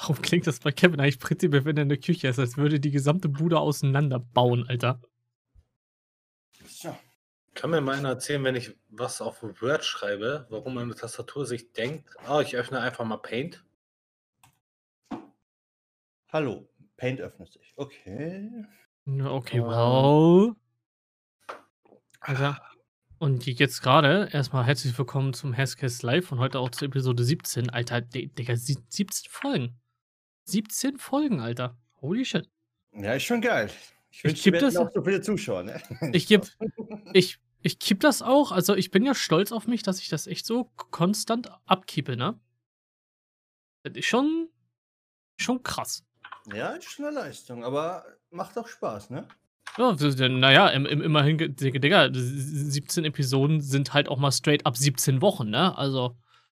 Warum klingt das bei Kevin eigentlich prinzipiell, wenn er in der Küche ist, als würde die gesamte Bude auseinanderbauen, Alter? So. Kann mir mal einer erzählen, wenn ich was auf Word schreibe, warum meine Tastatur sich denkt, ich öffne einfach mal Paint? Hallo, Paint öffnet sich. Okay. Ja, okay, Ähm. wow. Alter. Und jetzt gerade erstmal herzlich willkommen zum Hasscast Live und heute auch zur Episode 17. Alter, Digga, 17 Folgen. 17 Folgen, Alter. Holy shit. Ja, ist schon geil. Ich wünschte, kipp wir hätten das- auch so viele Zuschauer, ne? Ich kipp das auch. Also, ich bin ja stolz auf mich, dass ich das echt so konstant abkippe, ne? Das ist schon krass. Ja, ist schon eine Leistung, aber macht auch Spaß, ne? Ja, naja, immerhin, Digga, 17 Episoden sind halt auch mal straight up 17 Wochen, ne? Also,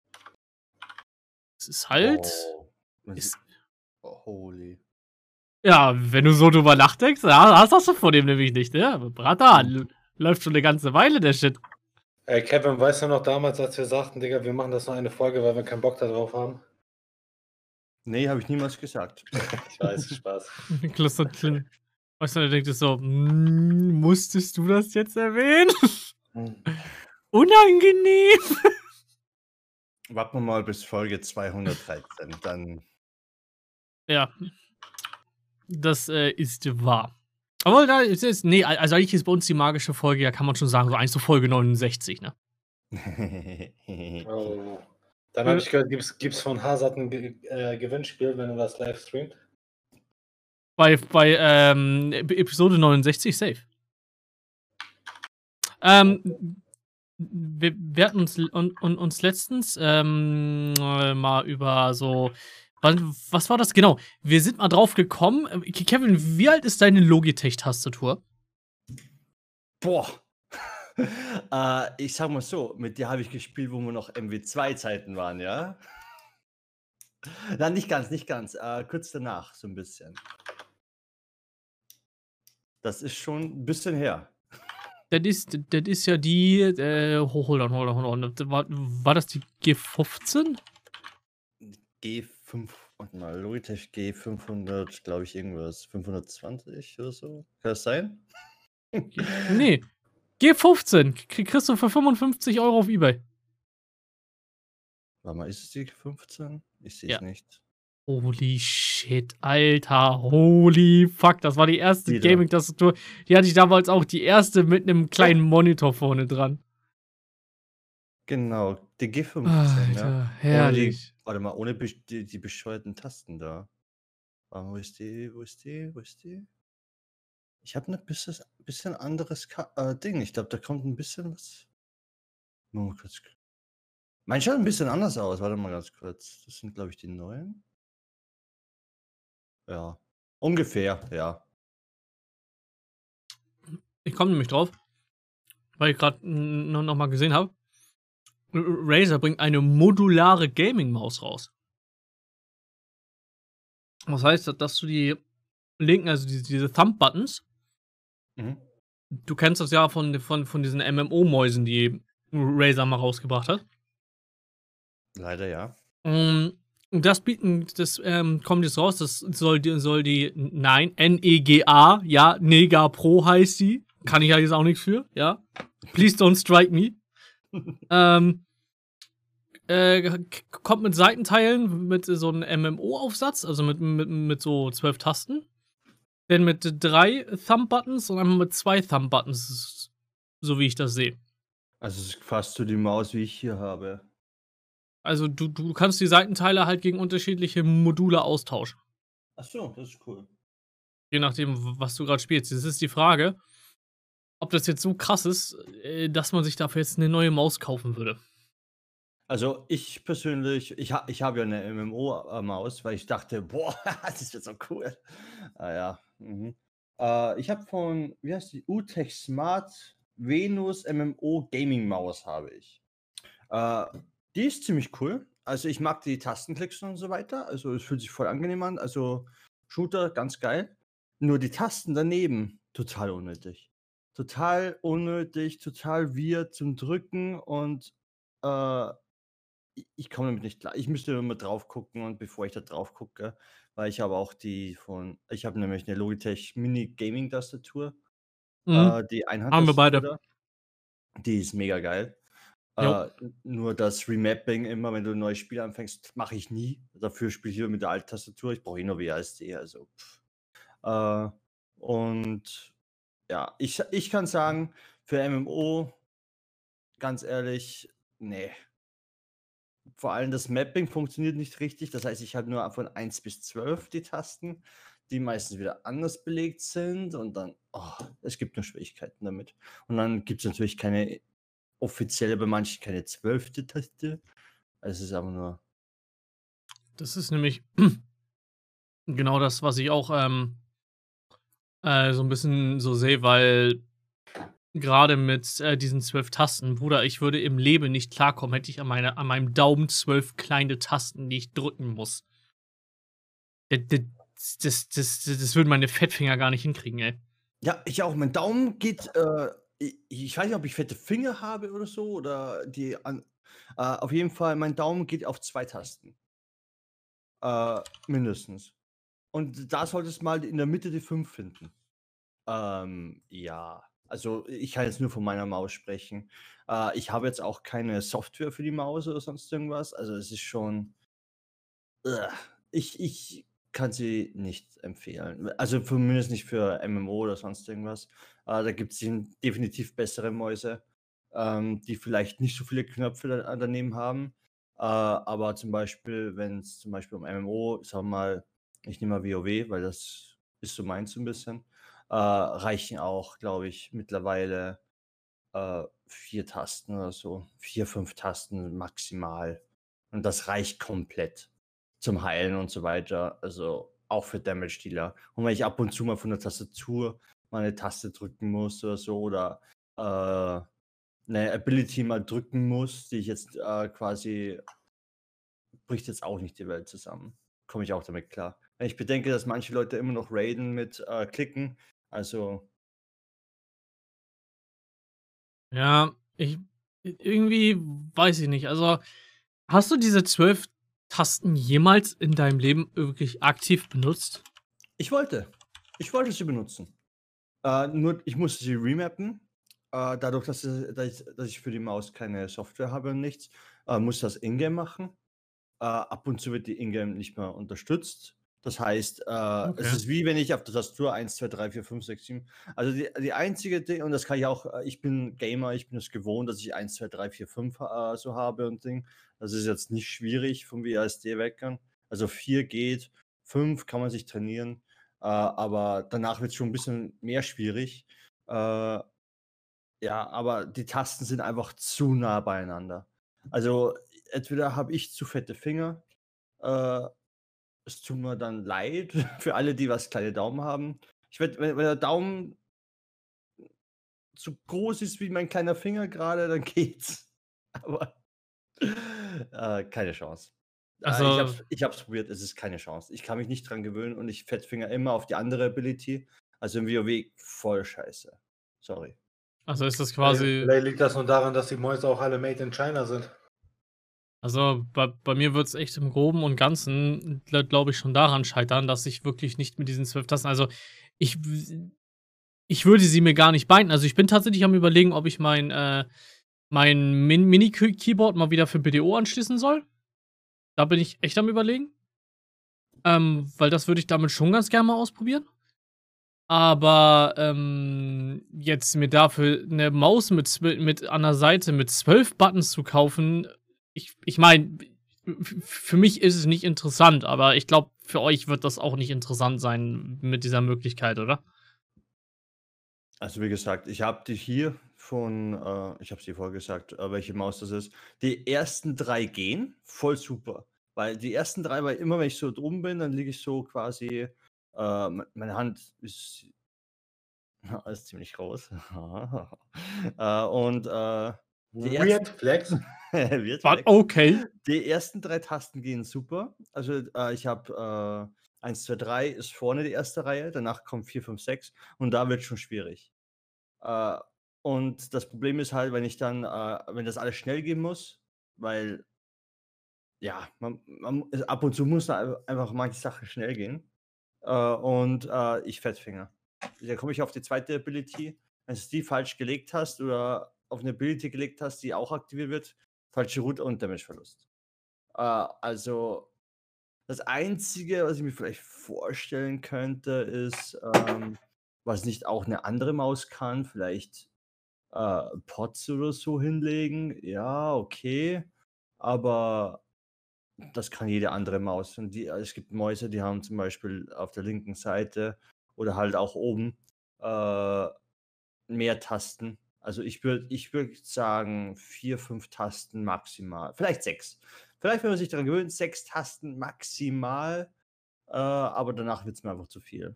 es ist halt. Ist, holy. ja, wenn du so drüber nachdenkst, ja, hast du von dem nämlich nicht, ne? Bratan, läuft schon eine ganze Weile, der Shit. Ey, Kevin, weißt du noch damals, als wir sagten, Digga, wir machen das noch eine Folge, weil wir keinen Bock darauf haben? Nee, habe ich niemals gesagt. Ich weiß, Spaß. Clint, weißt du, der denkt so, musstest du das jetzt erwähnen? Unangenehm. Warten wir mal bis Folge 213, dann. Ja. Das ist wahr. Aber da ist es, nee, also eigentlich ist bei uns die magische Folge, ja, kann man schon sagen, so eigentlich so Folge 69, ne? Oh. Dann habe ich gehört, gibt's von Hazard ein Gewinnspiel, wenn du das live streamt? Bei Episode 69 safe. Wir hatten uns letztens mal über so. Was war das genau? Wir sind mal drauf gekommen. Kevin, wie alt ist deine Logitech-Tastatur? Boah. Ich sag mal so, mit dir habe ich gespielt, wo wir noch MW2-Zeiten waren, ja? Nein, nicht ganz. Kurz danach, so ein bisschen. Das ist schon ein bisschen her. Das ist ja die. Hold on. War das die G15? G5, warte mal, Logitech G500, glaube ich, irgendwas. 520 oder so. Kann das sein? Nee. G15. Kriegst du für 55 Euro auf Ebay. Warte mal, ist es die G15? Ich sehe es Ja. nicht. Holy shit, Alter. Holy fuck. Das war die erste Die da. Gaming-Tastatur. Die hatte ich damals auch. Die erste mit einem kleinen Monitor vorne dran. Genau, die G15, Alter, ja. herrlich. Warte mal, ohne die bescheuerten Tasten da. Warte mal, wo ist die? Ich habe ein bisschen anderes Ding. Ich glaube, da kommt ein bisschen was. Nur mal kurz. Mein schaut ein bisschen anders aus. Warte mal ganz kurz. Das sind, glaube ich, die neuen. Ja. Ungefähr, ja. Ich komme nämlich drauf, weil ich gerade noch mal gesehen habe. Razer bringt eine modulare Gaming-Maus raus. Das heißt, dass du die linken, also diese Thumb-Buttons, du kennst das ja von diesen MMO-Mäusen, die Razer mal rausgebracht hat. Leider ja. Und das kommt jetzt raus, das soll die NEGA, ja, Nega Pro heißt die. Kann ich ja jetzt auch nichts für, ja. Please don't strike me. Kommt mit Seitenteilen, mit so einem MMO-Aufsatz, also mit so 12 Tasten. Dann mit 3 Thumb-Buttons und einmal mit 2 Thumb-Buttons, so wie ich das sehe. Also es ist fast so die Maus, wie ich hier habe. Also du kannst die Seitenteile halt gegen unterschiedliche Module austauschen. Ach so, das ist cool. Je nachdem, was du gerade spielst. Das ist die Frage, ob das jetzt so krass ist, dass man sich dafür jetzt eine neue Maus kaufen würde. Also ich persönlich, ich habe ja eine MMO-Maus, weil ich dachte, boah, das wird so cool. Ja. Ich habe von, wie heißt die, UTech Smart Venus MMO Gaming Maus habe ich. Die ist ziemlich cool. Also ich mag die Tastenklicks und so weiter. Also es fühlt sich voll angenehm an. Also Shooter, ganz geil. Nur die Tasten daneben, total unnötig. Total unnötig, total weird zum Drücken und ich komme damit nicht klar. Ich müsste immer drauf gucken und bevor ich da drauf gucke, weil ich habe auch ich habe nämlich eine Logitech Mini Gaming Tastatur, Mhm. die Haben wir Einhandtastatur beide. da. Die ist mega geil. Jo. Nur das Remapping immer, wenn du ein neues Spiel anfängst, mache ich nie. Dafür spiele ich lieber mit der Alt-Tastatur. Ich brauche eh nur WASD, also Äh, und ja, ich kann sagen, für MMO, ganz ehrlich, ne. Vor allem das Mapping funktioniert nicht richtig. Das heißt, ich habe nur von 1 bis 12 die Tasten, die meistens wieder anders belegt sind und dann es gibt nur Schwierigkeiten damit. Und dann gibt es natürlich keine offizielle bei manchen keine 12. Taste. Es ist aber nur Das ist nämlich genau das, was ich auch, so ein bisschen so sehe, weil gerade mit, diesen 12 Tasten, Bruder, ich würde im Leben nicht klarkommen, hätte ich an meinem Daumen 12 kleine Tasten, die ich drücken muss. D d das würden meine Fettfinger gar nicht hinkriegen, ey. ja, ich auch. Mein Daumen geht, ich weiß nicht, ob ich fette Finger habe oder so oder auf jeden Fall, mein Daumen geht auf 2 Tasten, mindestens. Und da solltest mal in der Mitte die 5 finden. Ja, also ich kann jetzt nur von meiner Maus sprechen. Ich habe jetzt auch keine Software für die Maus oder sonst irgendwas. Also es ist schon, äh, ich kann sie nicht empfehlen. Also zumindest nicht für MMO oder sonst irgendwas. Da gibt es definitiv bessere Mäuse, die vielleicht nicht so viele Knöpfe daneben haben. Aber zum Beispiel, wenn es zum Beispiel um MMO, sagen wir mal, ich nehme mal WoW, weil das ist so meins so ein bisschen, reichen auch, glaube ich, mittlerweile 4 Tasten oder so. 4, 5 Tasten maximal. Und das reicht komplett zum Heilen und so weiter. Also auch für Damage Dealer. Und wenn ich ab und zu mal von der Tastatur mal eine Taste drücken muss oder so oder 'ne Ability mal drücken muss, die ich jetzt, quasi bricht jetzt auch nicht die Welt zusammen. Komme ich auch damit klar. Wenn ich bedenke, dass manche Leute immer noch raiden mit, Klicken, also Ja, irgendwie weiß ich nicht. Also, hast du diese 12 Tasten jemals in deinem Leben wirklich aktiv benutzt? ich wollte ich wollte sie benutzen. Nur ich musste sie remappen. Dadurch, dass ich für die Maus keine Software habe und nichts, muss ich das in-game machen. Ab und zu wird die in-game nicht mehr unterstützt. Das heißt, es Okay. ist wie wenn ich auf der Tastatur 1, 2, 3, 4, 5, 6, 7. Also die einzige Ding und das kann ich auch ich bin Gamer, ich bin es gewohnt, dass ich 1, 2, 3, 4, 5 so habe und Ding. Das ist jetzt nicht schwierig vom WASD weckern. Also 4 geht, 5 kann man sich trainieren, aber danach wird's schon ein bisschen mehr schwierig. Äh, ja, aber die Tasten sind einfach zu nah beieinander. Also, entweder habe ich zu fette Finger, äh, es tut mir dann leid für alle, die was kleine Daumen haben. Ich werde wenn der Daumen so groß ist wie mein kleiner Finger gerade, dann geht's. Aber, keine Chance. Also, Ich habe es probiert, es ist keine Chance. Ich kann mich nicht dran gewöhnen und ich Fettfinger immer auf die andere Ability. Also, im WoW voll scheiße. Sorry. ist das Vielleicht quasi vielleicht liegt das nur daran, dass die Mäuse auch alle made in China sind. also, bei mir wird's echt im Groben und Ganzen, glaube ich, schon daran scheitern, dass ich wirklich nicht mit diesen 12 Tasten ich w ich würde sie mir gar nicht binden. Also, ich bin tatsächlich am Überlegen, ob ich mein Mini-Keyboard mal wieder für BDO anschließen soll. Da bin ich echt am Überlegen, weil das würde ich damit schon ganz gerne mal ausprobieren. Aber, jetzt mir dafür 'ne Maus mit an der Seite mit 12 Buttons zu kaufen, ich meine, für mich ist es nicht interessant, aber ich glaube, für euch wird das auch nicht interessant sein mit dieser Möglichkeit, oder? Also, wie gesagt, ich habe die hier ich habe es dir vorher gesagt, welche Maus das ist. Die ersten 3 gehen, voll super, weil die ersten 3, weil immer wenn ich so drum bin, dann liege ich so quasi meine Hand ist ziemlich groß. Und, die Weird ersten Flex. wird Wa flex. okay. Die ersten 3 Tasten gehen super. Also, ich habe, 1, 2, 3 ist vorne die erste Reihe, danach kommt 4, 5, 6 und da wird's schon schwierig. Äh, und das Problem ist halt, wenn das alles schnell gehen muss, weil ja, ab und zu muss da einfach manche Sachen schnell gehen. Und ich Fettfinger. Da komme ich auf die zweite Ability. Wenn du die falsch gelegt hast oder auf eine Ability gelegt hast, die auch aktiviert wird, falsche Route und Damageverlust. Also das Einzige, was ich mir vielleicht vorstellen könnte, ist, was nicht auch eine andere Maus kann, vielleicht Pots oder so hinlegen. Ja, okay. Aber das kann jede andere Maus. Und es gibt Mäuse, die haben zum Beispiel auf der linken Seite oder halt auch oben äh, mehr Tasten. Also ich würd sagen 4, 5 Tasten maximal. Vielleicht 6. Vielleicht, wenn man sich daran gewöhnt, 6 Tasten maximal. Aber danach wird es mir einfach zu viel.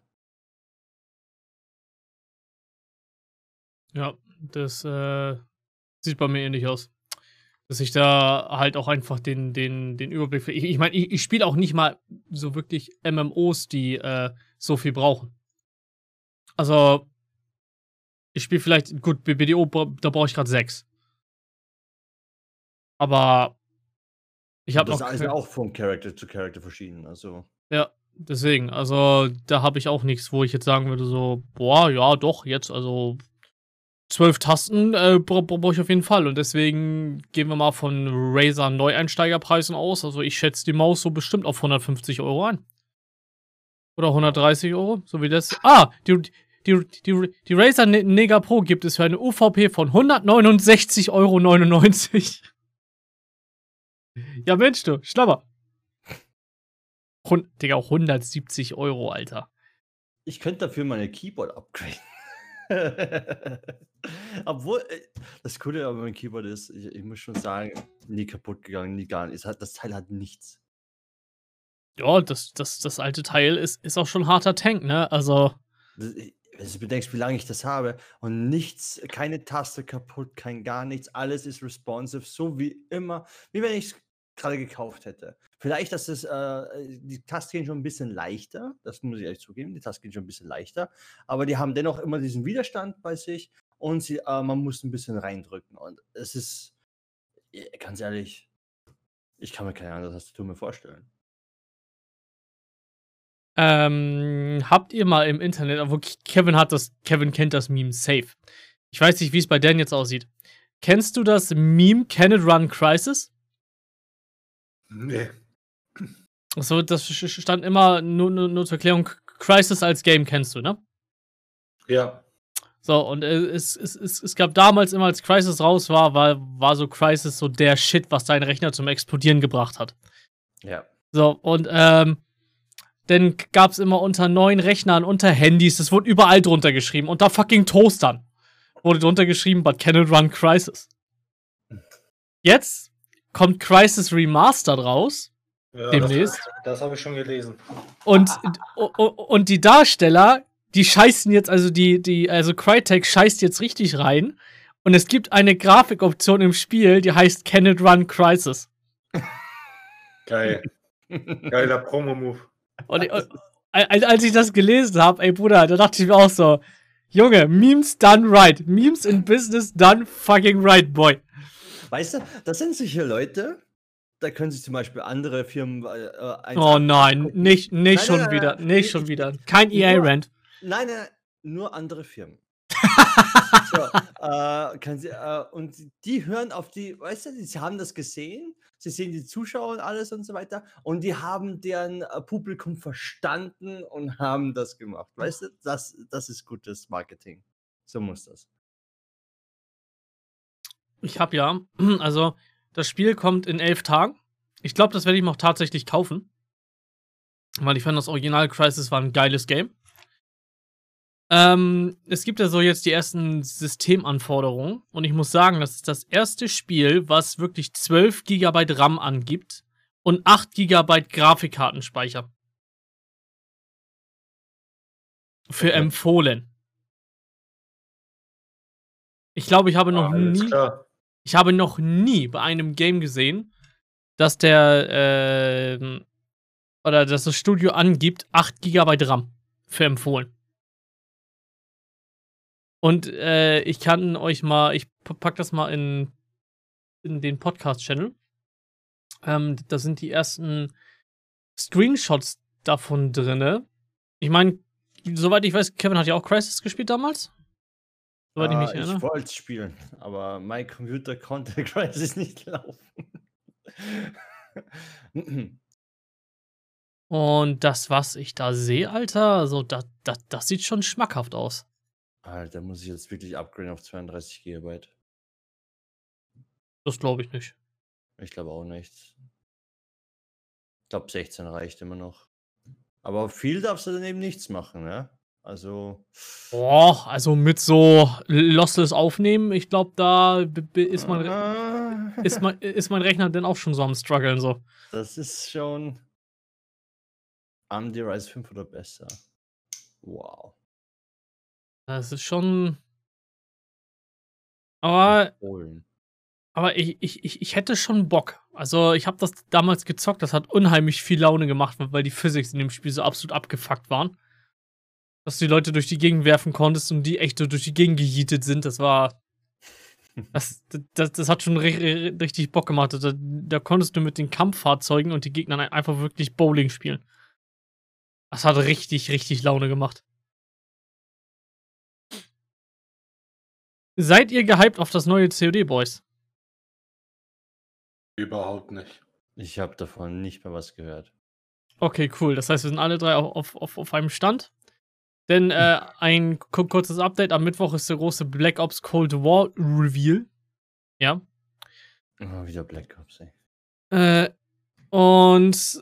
Ja, das sieht bei mir ähnlich aus. Dass ich da halt auch einfach den Überblick ich meine, ich spiele auch nicht mal so wirklich MMOs, die so viel brauchen. Also, ich spiele vielleicht, gut, BBDO, da brauche ich gerade 6. Aber ich habe Das noch ist ja auch von Character zu Character verschieden. Also. ja, deswegen, also da habe ich auch nichts, wo ich jetzt sagen würde, so, boah, ja, doch, jetzt, also 12 Tasten brauche ich auf jeden Fall. Und deswegen gehen wir mal von Razer Neueinsteigerpreisen aus. Also ich schätze die Maus so bestimmt auf 150 Euro ein. Oder 130 Euro, so wie das. Die Razer Nega Pro gibt es für eine UVP von 169,99 Euro. Ja, Mensch, du, Schnapper. Digga, 170 Euro, Alter. Ich könnte dafür meine Keyboard upgraden. Obwohl, das Coole an meinem Keyboard ist, ich muss schon sagen, nie kaputt gegangen, nie gar nicht. Das Teil hat nichts. Ja, das alte Teil ist auch schon ein harter Tank, ne? Also. Wenn du bedenkst, wie lange ich das habe und nichts, keine Taste kaputt, kein gar nichts, alles ist responsive, so wie immer, wie wenn ich es gerade gekauft hätte. Vielleicht, dass die Tasten gehen schon ein bisschen leichter, das muss ich ehrlich zugeben, die Tasten gehen schon ein bisschen leichter, aber die haben dennoch immer diesen Widerstand bei sich und man muss ein bisschen reindrücken und es ist, ganz ehrlich, ich kann mir keine andere Tastatur mehr vorstellen. Habt ihr mal im Internet, obwohl Kevin kennt das Meme safe. Ich weiß nicht, wie es bei Dan jetzt aussieht. Kennst du das Meme Can It Run Crisis? Nee. So, das stand immer nur zur Erklärung, Crisis als Game kennst du, ne? Ja. So, und es gab damals immer, als Crisis raus war so Crisis so der Shit, was deinen Rechner zum Explodieren gebracht hat. Ja. So, und dann gab's immer unter neuen Rechnern, unter Handys, das wurde überall drunter geschrieben, unter fucking Toastern wurde drunter geschrieben, but can it run Crisis? Jetzt kommt Crisis Remastered raus, Ja, demnächst. das habe ich schon gelesen. Und die Darsteller, die scheißen jetzt, also also Crytek scheißt jetzt richtig rein. Und es gibt eine Grafikoption im Spiel, die heißt Can It Run Crisis. Geil. Geiler Promo-Move. Und als ich das gelesen habe, ey Bruder, da dachte ich mir auch so, Junge, Memes done right. Memes in Business done fucking right, boy. Weißt du, das sind solche Leute, da können sich zum Beispiel andere Firmen oh nein, nicht schon wieder. Nicht schon wieder. Kein EA-Rant. Nein, nur andere Firmen. So, und die hören auf die, weißt du, sie haben das gesehen, sie sehen die Zuschauer und alles und so weiter und die haben deren Publikum verstanden und haben das gemacht. Weißt du, das ist gutes Marketing. So muss das. Ich hab ja, also das Spiel kommt in 11 Tagen. Ich glaube, das werde ich mir auch tatsächlich kaufen. Weil ich fand, das Original Crisis war ein geiles Game. Es gibt ja so jetzt die ersten Systemanforderungen. Und ich muss sagen, das ist das erste Spiel, was wirklich 12 GB RAM angibt und 8 GB Grafikkartenspeicher. Für Okay. empfohlen. Ich glaube, ich habe noch Ich habe noch nie bei einem Game gesehen, dass dass das Studio angibt 8 GB RAM für empfohlen. Und ich kann euch mal, ich pack das mal in den Podcast-Channel. Da sind die ersten Screenshots davon drinne. Ich meine, soweit ich weiß, Kevin hat ja auch Crysis gespielt damals. Soweit ich mich Ich erinnere. wollte spielen, aber mein Computer konnte Crysis nicht laufen. Und das, was ich da sehe, Alter, also das sieht schon schmackhaft aus. Alter, muss ich jetzt wirklich upgraden auf 32 GB? Das glaube ich nicht. Ich glaube auch nicht. Ich glaube 16 reicht immer noch. Aber viel darfst du dann eben nichts machen, ne? Also. Boah, also mit so Lossless aufnehmen, ich glaube, da ist mein Rechner dann auch schon so am struggeln so. Das ist schon AMD Ryzen 5 oder besser. Wow. Das ist schon. Aber Holen. ich hätte schon Bock. Also, ich habe das damals gezockt, das hat unheimlich viel Laune gemacht, weil die Physics in dem Spiel so absolut abgefuckt waren. Dass du die Leute durch die Gegend werfen konntest und die echt so durch die Gegend gejietet sind, das war. Das hat schon richtig Bock gemacht. Da konntest du mit den Kampffahrzeugen und die Gegnern einfach wirklich Bowling spielen. Das hat richtig, richtig Laune gemacht. Seid ihr gehypt auf das neue COD, Boys? Überhaupt nicht. Ich habe davon nicht mehr was gehört. Okay, cool. Das heißt, wir sind alle drei auf einem Stand. Denn ein kurzes Update. Am Mittwoch ist der große Black Ops Cold War Reveal. Ja. Oh, wieder Black Ops, ey. Und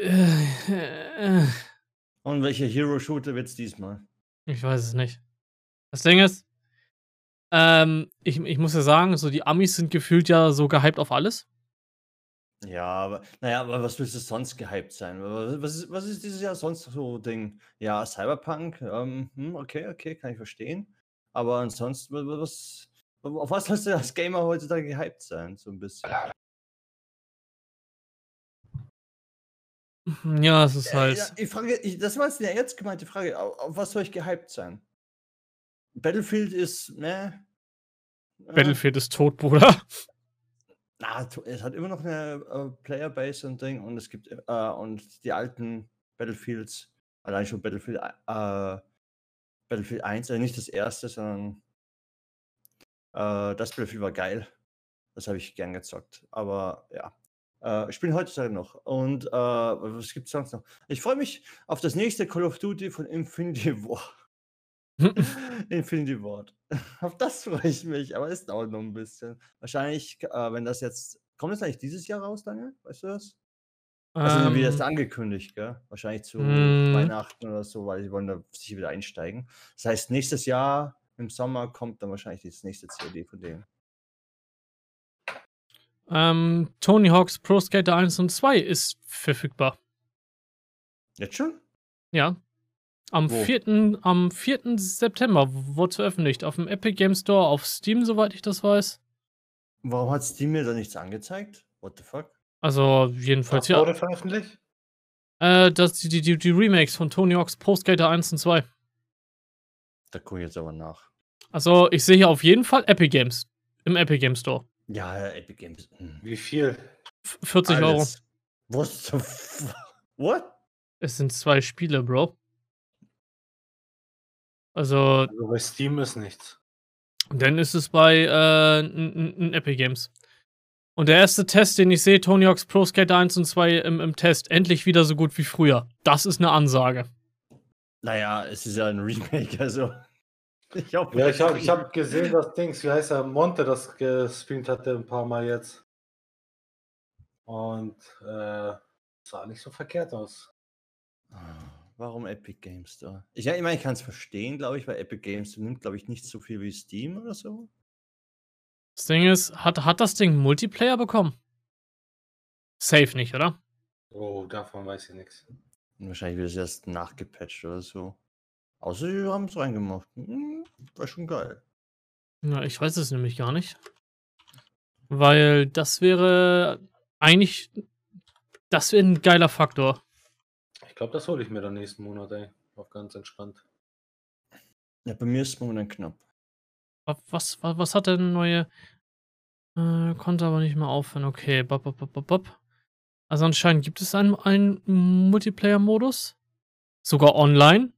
Und welcher Hero-Shooter wird's diesmal? ich weiß es nicht. Das Ding ist, ich muss ja sagen, so die Amis sind gefühlt ja so gehypt auf alles. Ja, aber naja, aber was willst du sonst gehypt sein? Was ist dieses Jahr sonst so Ding? Ja, Cyberpunk, okay, kann ich verstehen. Aber ansonsten, auf was sollst du als Gamer heutzutage gehypt sein? So ein bisschen. Ja, es ist Ja, halt. das war jetzt eine ernst gemeinte Frage. Auf was soll ich gehypt sein? Battlefield ist, ne? Battlefield ist tot, Bruder. Es hat immer noch eine Playerbase und Ding und es gibt und die alten Battlefields, allein schon Battlefield 1, also nicht das erste, sondern das Battlefield war geil. Das habe ich gern gezockt. Aber ja. Ich spiele heutzutage noch. Und was gibt es sonst noch? Ich freue mich auf das nächste Call of Duty von Infinity Ward. Infinity Ward. Auf das freue ich mich, aber es dauert noch ein bisschen. Wahrscheinlich, wenn das jetzt. Kommt das eigentlich dieses Jahr raus, Daniel? Weißt du das? Also, wie das angekündigt, gell? Wahrscheinlich zu Weihnachten oder so, weil die wollen da sicher wieder einsteigen. Das heißt, nächstes Jahr im Sommer kommt dann wahrscheinlich das nächste COD von denen. Tony Hawk's Pro Skater 1 und 2 ist verfügbar. Jetzt schon? Ja. Am Wo? 4. September wurde veröffentlicht. Auf dem Epic Game Store, auf Steam, soweit ich das weiß. Warum hat Steam mir da nichts angezeigt? What the fuck? Also, jedenfalls, Was ja. wurde veröffentlicht? Die Remakes von Tony Hawk's Pro Skater 1 und 2. Da gucke ich jetzt aber nach. Also, ich sehe hier auf jeden Fall Epic Games. Im Epic Game Store. Ja, Epic Games. Wie viel? 40 Euro. Alles. What the What? Es sind 2 Spiele, Bro. Also, Also bei Steam ist nichts. dann ist es bei Epic Games. Und der erste Test, den ich sehe, Tony Hawk's Pro Skater 1 und 2 im Test, endlich wieder so gut wie früher. Das ist eine Ansage. Naja, es ist ja ein Remake, also. Ich hoffe, Ja, ich hab gesehen, dass Dings, wie heißt er, Monte das gestreamt hatte ein paar Mal jetzt. Und sah nicht so verkehrt aus. Warum Epic Games da? Ich meine, ich kann es verstehen, glaube ich, weil Epic Games nimmt, glaube ich, nicht so viel wie Steam oder so. Das Ding ist, hat das Ding Multiplayer bekommen? Safe nicht, oder? Oh, davon weiß ich nichts. Und wahrscheinlich wird es erst nachgepatcht oder so. Außer sie haben es reingemacht. War schon geil. Ja, ich weiß es nämlich gar nicht. Weil das wäre eigentlich. Das wäre ein geiler Faktor. Ich glaube, das hole ich mir dann nächsten Monat, ey. Auf ganz entspannt. Ja, bei mir ist es momentan knapp. Was hat denn neue. Konnte aber nicht mehr aufhören. Okay, bop. Also anscheinend gibt es einen Multiplayer-Modus. Sogar online.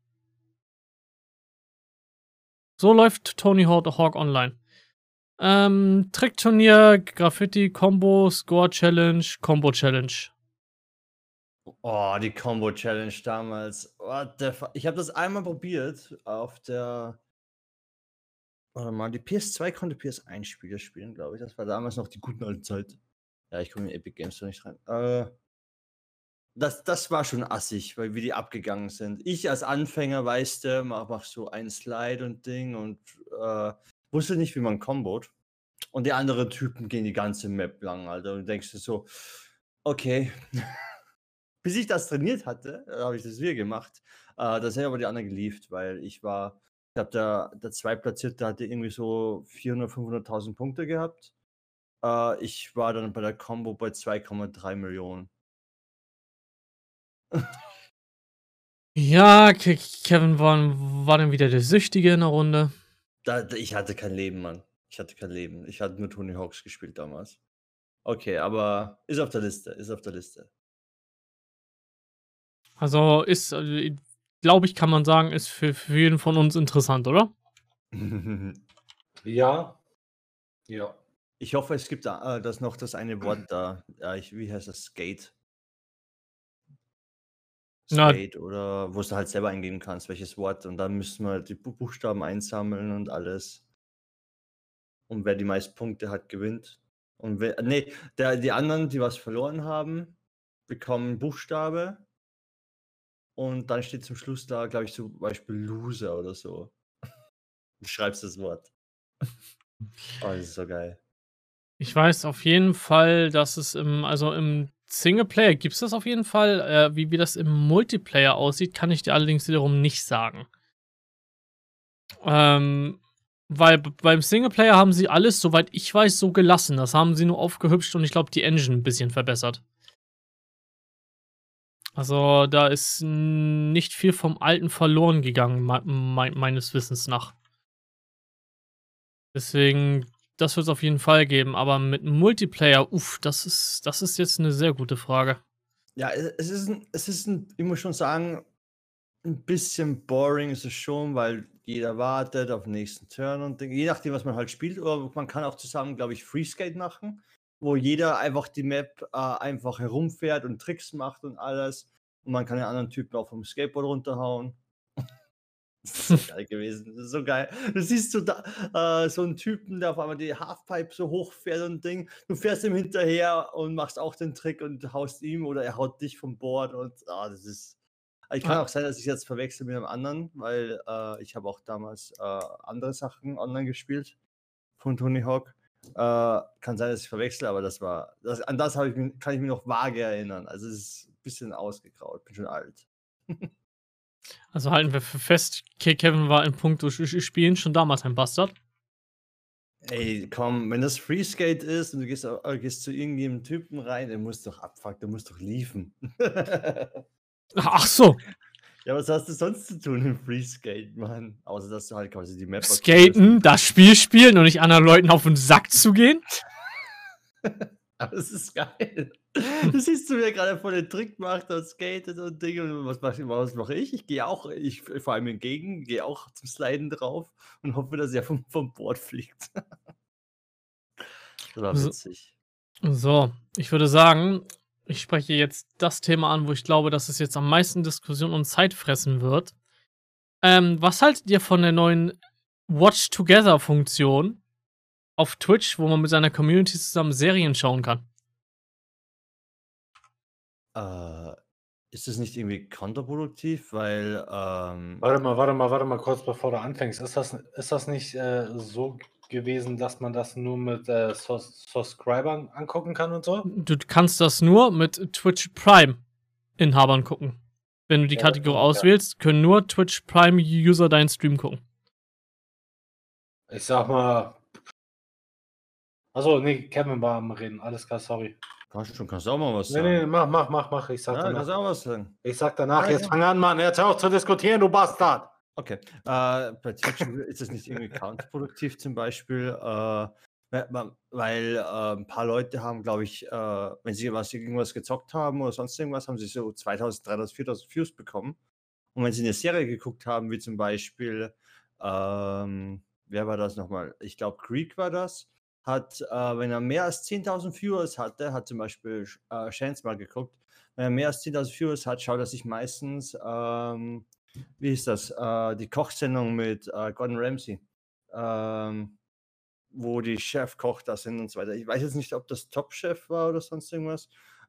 So läuft Tony Hawk Online. Trickturnier, Graffiti, Combo, Score Challenge, Combo Challenge. Oh, die Combo Challenge damals. What the fuck? Ich habe das einmal probiert auf der. Warte mal, die PS2 konnte PS1-Spiele spielen, glaube ich. Das war damals noch die guten alten Zeit. Ja, ich komme in Epic Games Store nicht rein. Das war schon assig, weil wie die abgegangen sind. Ich als Anfänger, weißt du, mach so einen Slide und Ding und wusste nicht, wie man kombot. Und die anderen Typen gehen die ganze Map lang, Alter. Und du denkst dir so, okay. Bis ich das trainiert hatte, habe ich das wieder gemacht. Das haben aber die anderen gelieft, weil ich glaube, der Zweitplatzierte hatte irgendwie so 400.000, 500.000 Punkte gehabt. Ich war dann bei der Combo bei 2,3 Millionen. Ja, Kevin war dann wieder der Süchtige in der Runde. Ich hatte kein Leben, Mann. Ich hatte kein Leben. Ich hatte nur Tony Hawks gespielt damals. Okay, aber ist auf der Liste, Also glaube ich, kann man sagen, ist für jeden von uns interessant, oder? Ja. Ja. Ich hoffe, es gibt das noch das eine Wort da. Wie heißt das? Skate. Na, Skate oder wo du halt selber eingeben kannst, welches Wort. Und dann müssen wir die Buchstaben einsammeln und alles. Und wer die meisten Punkte hat, gewinnt. Und die anderen, die was verloren haben, bekommen Buchstabe. Und dann steht zum Schluss da, glaube ich, zum Beispiel Loser oder so. Du schreibst das Wort. Oh, das ist so geil. ich weiß auf jeden Fall, dass es im Singleplayer gibt es das auf jeden Fall. Wie das im Multiplayer aussieht, kann ich dir allerdings wiederum nicht sagen. Weil beim Singleplayer haben sie alles, soweit ich weiß, so gelassen. Das haben sie nur aufgehübscht und ich glaube, die Engine ein bisschen verbessert. Also, da ist nicht viel vom Alten verloren gegangen, meines Wissens nach. Deswegen, das wird es auf jeden Fall geben. Aber mit Multiplayer, das ist jetzt eine sehr gute Frage. Ja, ich muss schon sagen, ein bisschen boring ist es schon, weil jeder wartet auf den nächsten Turn und je nachdem, was man halt spielt. Oder man kann auch zusammen, glaube ich, Freeskate machen, wo jeder einfach die Map einfach herumfährt und Tricks macht und alles. Und man kann den anderen Typen auch vom Skateboard runterhauen. Das ist so geil gewesen. Das ist so geil. Du siehst so so einen Typen, der auf einmal die Halfpipe so hoch fährt und Ding. Du fährst ihm hinterher und machst auch den Trick und haust ihm oder er haut dich vom Board und das ist. Ich kann auch sein, dass ich jetzt verwechsel mit einem anderen, weil ich habe auch damals andere Sachen online gespielt von Tony Hawk. Kann sein, dass ich verwechsel, aber an das kann ich mich noch vage erinnern. Also es ist ein bisschen ausgegraut, bin schon alt. Also halten wir fest, Kevin war in puncto Spielen schon damals ein Bastard. Ey, komm, wenn das Freeskate ist und du gehst zu irgendeinem Typen rein, der muss doch abfucken, der muss doch liefen. Ach so. Ja, was hast du sonst zu tun im Freeskate, Mann? Außer, dass du halt quasi die Map Skaten, das Spiel spielen und nicht anderen Leuten auf den Sack zu gehen? Aber es ist geil. Du siehst du, wie er gerade vor den Trick macht und skatet und Dinge. Und was mache ich? Ich gehe auch, ich fahre ihm entgegen, gehe auch zum Sliden drauf und hoffe, dass er vom Board fliegt. Das war witzig. So, ich würde sagen, ich spreche jetzt das Thema an, wo ich glaube, dass es jetzt am meisten Diskussion und Zeit fressen wird. Was haltet ihr von der neuen Watch Together Funktion auf Twitch, wo man mit seiner Community zusammen Serien schauen kann? Ist das nicht irgendwie kontraproduktiv? Weil, Warte mal kurz, bevor du anfängst. Ist das nicht so gewesen, dass man das nur mit Subscribern angucken kann und so? Du kannst das nur mit Twitch Prime Inhabern gucken. Wenn du die Kategorie auswählst, können nur Twitch Prime User deinen Stream gucken. Ich sag mal. Achso, nee, Kevin war am Reden. Alles klar, sorry. Kannst du auch mal was sagen? Nee, mach. Ich sag danach. Kannst du auch was sagen? Ich sag danach, Ja, jetzt fang an, Mann. Jetzt hör auf zu diskutieren, du Bastard. Okay. Bei Twitch ist es nicht irgendwie counterproduktiv zum Beispiel, weil, 'n paar Leute haben, glaube ich, wenn sie irgendwas gezockt haben oder sonst irgendwas, haben sie so 2.000, 3.000, 4.000 Views bekommen. Und wenn sie eine Serie geguckt haben, wie zum Beispiel, wer war das nochmal? Ich glaube, Greek war das, wenn er mehr als 10.000 Viewers hatte, hat zum Beispiel Chance mal geguckt, wenn er mehr als 10.000 Viewers hat, schaut er sich meistens, wie hieß das, die Kochsendung mit Gordon Ramsay, ähm, wo die Chefkoch da sind und so weiter. Ich weiß jetzt nicht, ob das Top Chef war oder sonst irgendwas.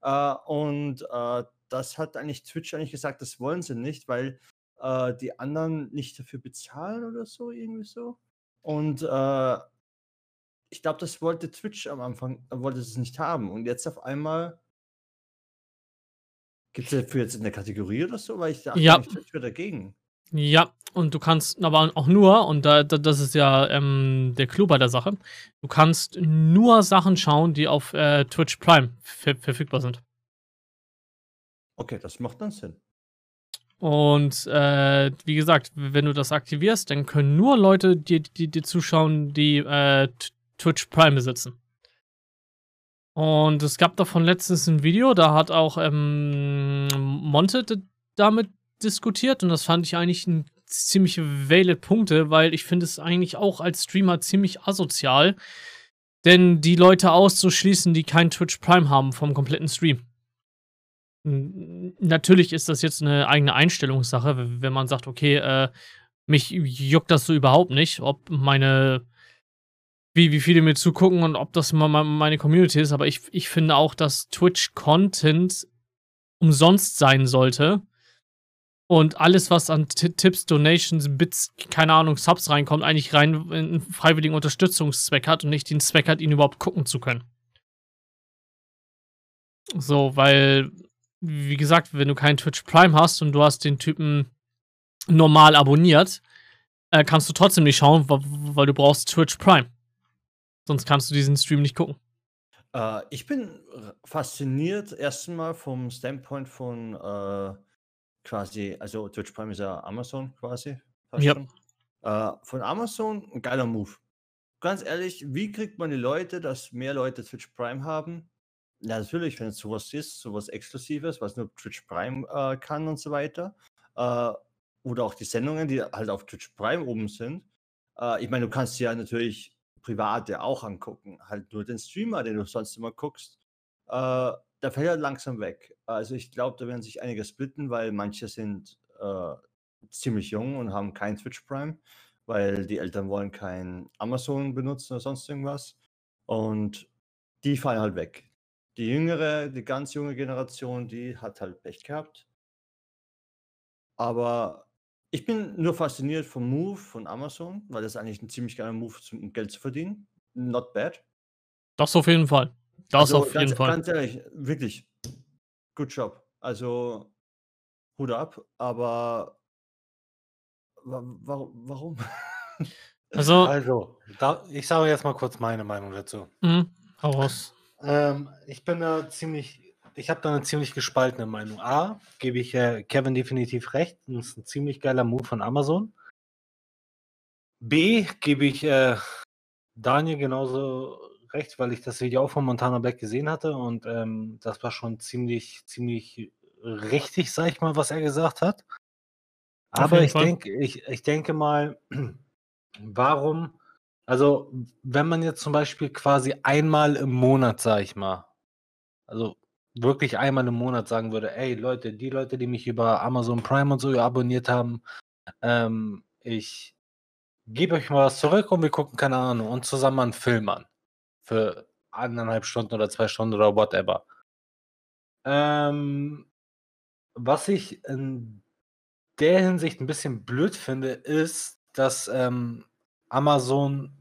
Das hat eigentlich Twitch eigentlich gesagt, das wollen sie nicht, weil die anderen nicht dafür bezahlen oder so, irgendwie so. Und ich glaube, das wollte Twitch am Anfang, wollte es nicht haben. Und jetzt auf einmal gibt es dafür jetzt eine Kategorie oder so, weil ich dachte Ja, eigentlich, Twitch wäre dagegen. ja, und du kannst aber auch nur, und das ist ja, der Clou bei der Sache, du kannst nur Sachen schauen, die auf, Twitch Prime verfügbar sind. Okay, das macht dann Sinn. Und, wie gesagt, wenn du das aktivierst, dann können nur Leute dir zuschauen, die, Twitch Prime besitzen. Und es gab davon letztens ein Video, da hat auch, Monte damit diskutiert und das fand ich eigentlich 'n ziemlich valid Punkte, weil ich finde es eigentlich auch als Streamer ziemlich asozial, denn die Leute auszuschließen, die kein Twitch Prime haben vom kompletten Stream. Natürlich ist das jetzt eine eigene Einstellungssache, wenn man sagt: „Okay, mich juckt das so überhaupt nicht, ob wie viele mir zugucken und ob das meine Community ist, aber ich finde auch, dass Twitch-Content umsonst sein sollte und alles, was an Tipps, Donations, Bits, keine Ahnung, Subs reinkommt, eigentlich rein in 'n freiwilligen Unterstützungszweck hat und nicht den Zweck hat, ihn überhaupt gucken zu können. So, weil, wie gesagt, wenn du keinen Twitch Prime hast und du hast den Typen normal abonniert, kannst du trotzdem nicht schauen, weil du brauchst Twitch Prime. Sonst kannst du diesen Stream nicht gucken. Ich bin fasziniert erstmal vom Standpoint von quasi, also Twitch Prime ist ja Amazon quasi, fast Ja. schon. Von Amazon ein geiler Move. Ganz ehrlich, wie kriegt man die Leute, dass mehr Leute Twitch Prime haben? Ja, natürlich, wenn es sowas ist, sowas Exklusives, was nur Twitch Prime kann und so weiter. Äh, oder auch die Sendungen, die halt auf Twitch Prime oben sind. Ich meine, du kannst ja natürlich private auch angucken, halt nur den Streamer, den du sonst immer guckst. Der fällt halt langsam weg. Also ich glaube, da werden sich einige splitten, weil manche sind ziemlich jung und haben kein Twitch Prime, weil die Eltern wollen kein Amazon benutzen oder sonst irgendwas. Und die fallen halt weg. Die ganz junge Generation, die hat halt Pech gehabt. Aber ich bin nur fasziniert vom Move von Amazon, weil das eigentlich ein ziemlich geiler Move ist, um Geld zu verdienen. Not bad. Das auf jeden Fall. Das Also auf ganz, jeden Fall. ganz ehrlich, wirklich, good job. Also Hut ab, aber warum? Also, Also, ich sage jetzt mal kurz meine Meinung dazu. hau raus. Ich habe da eine ziemlich gespaltene Meinung. A, gebe ich Kevin definitiv recht, das ist ein ziemlich geiler Move von Amazon. B, gebe ich Daniel genauso recht, weil ich das Video auch von Montana Black gesehen hatte und das war schon ziemlich richtig, sag ich mal, was er gesagt hat. Auf Aber jeden ich Fall. denke mal, warum, also wenn man jetzt zum Beispiel quasi einmal im Monat, sag ich mal, also wirklich einmal im Monat sagen würde, ey Leute, die Leute, die mich über Amazon Prime und so abonniert haben, ich gebe euch mal was zurück und wir gucken, keine Ahnung, und zusammen einen Film an. Für 1,5 Stunden oder 2 Stunden oder whatever. Was ich in der Hinsicht ein bisschen blöd finde, ist, dass Amazon,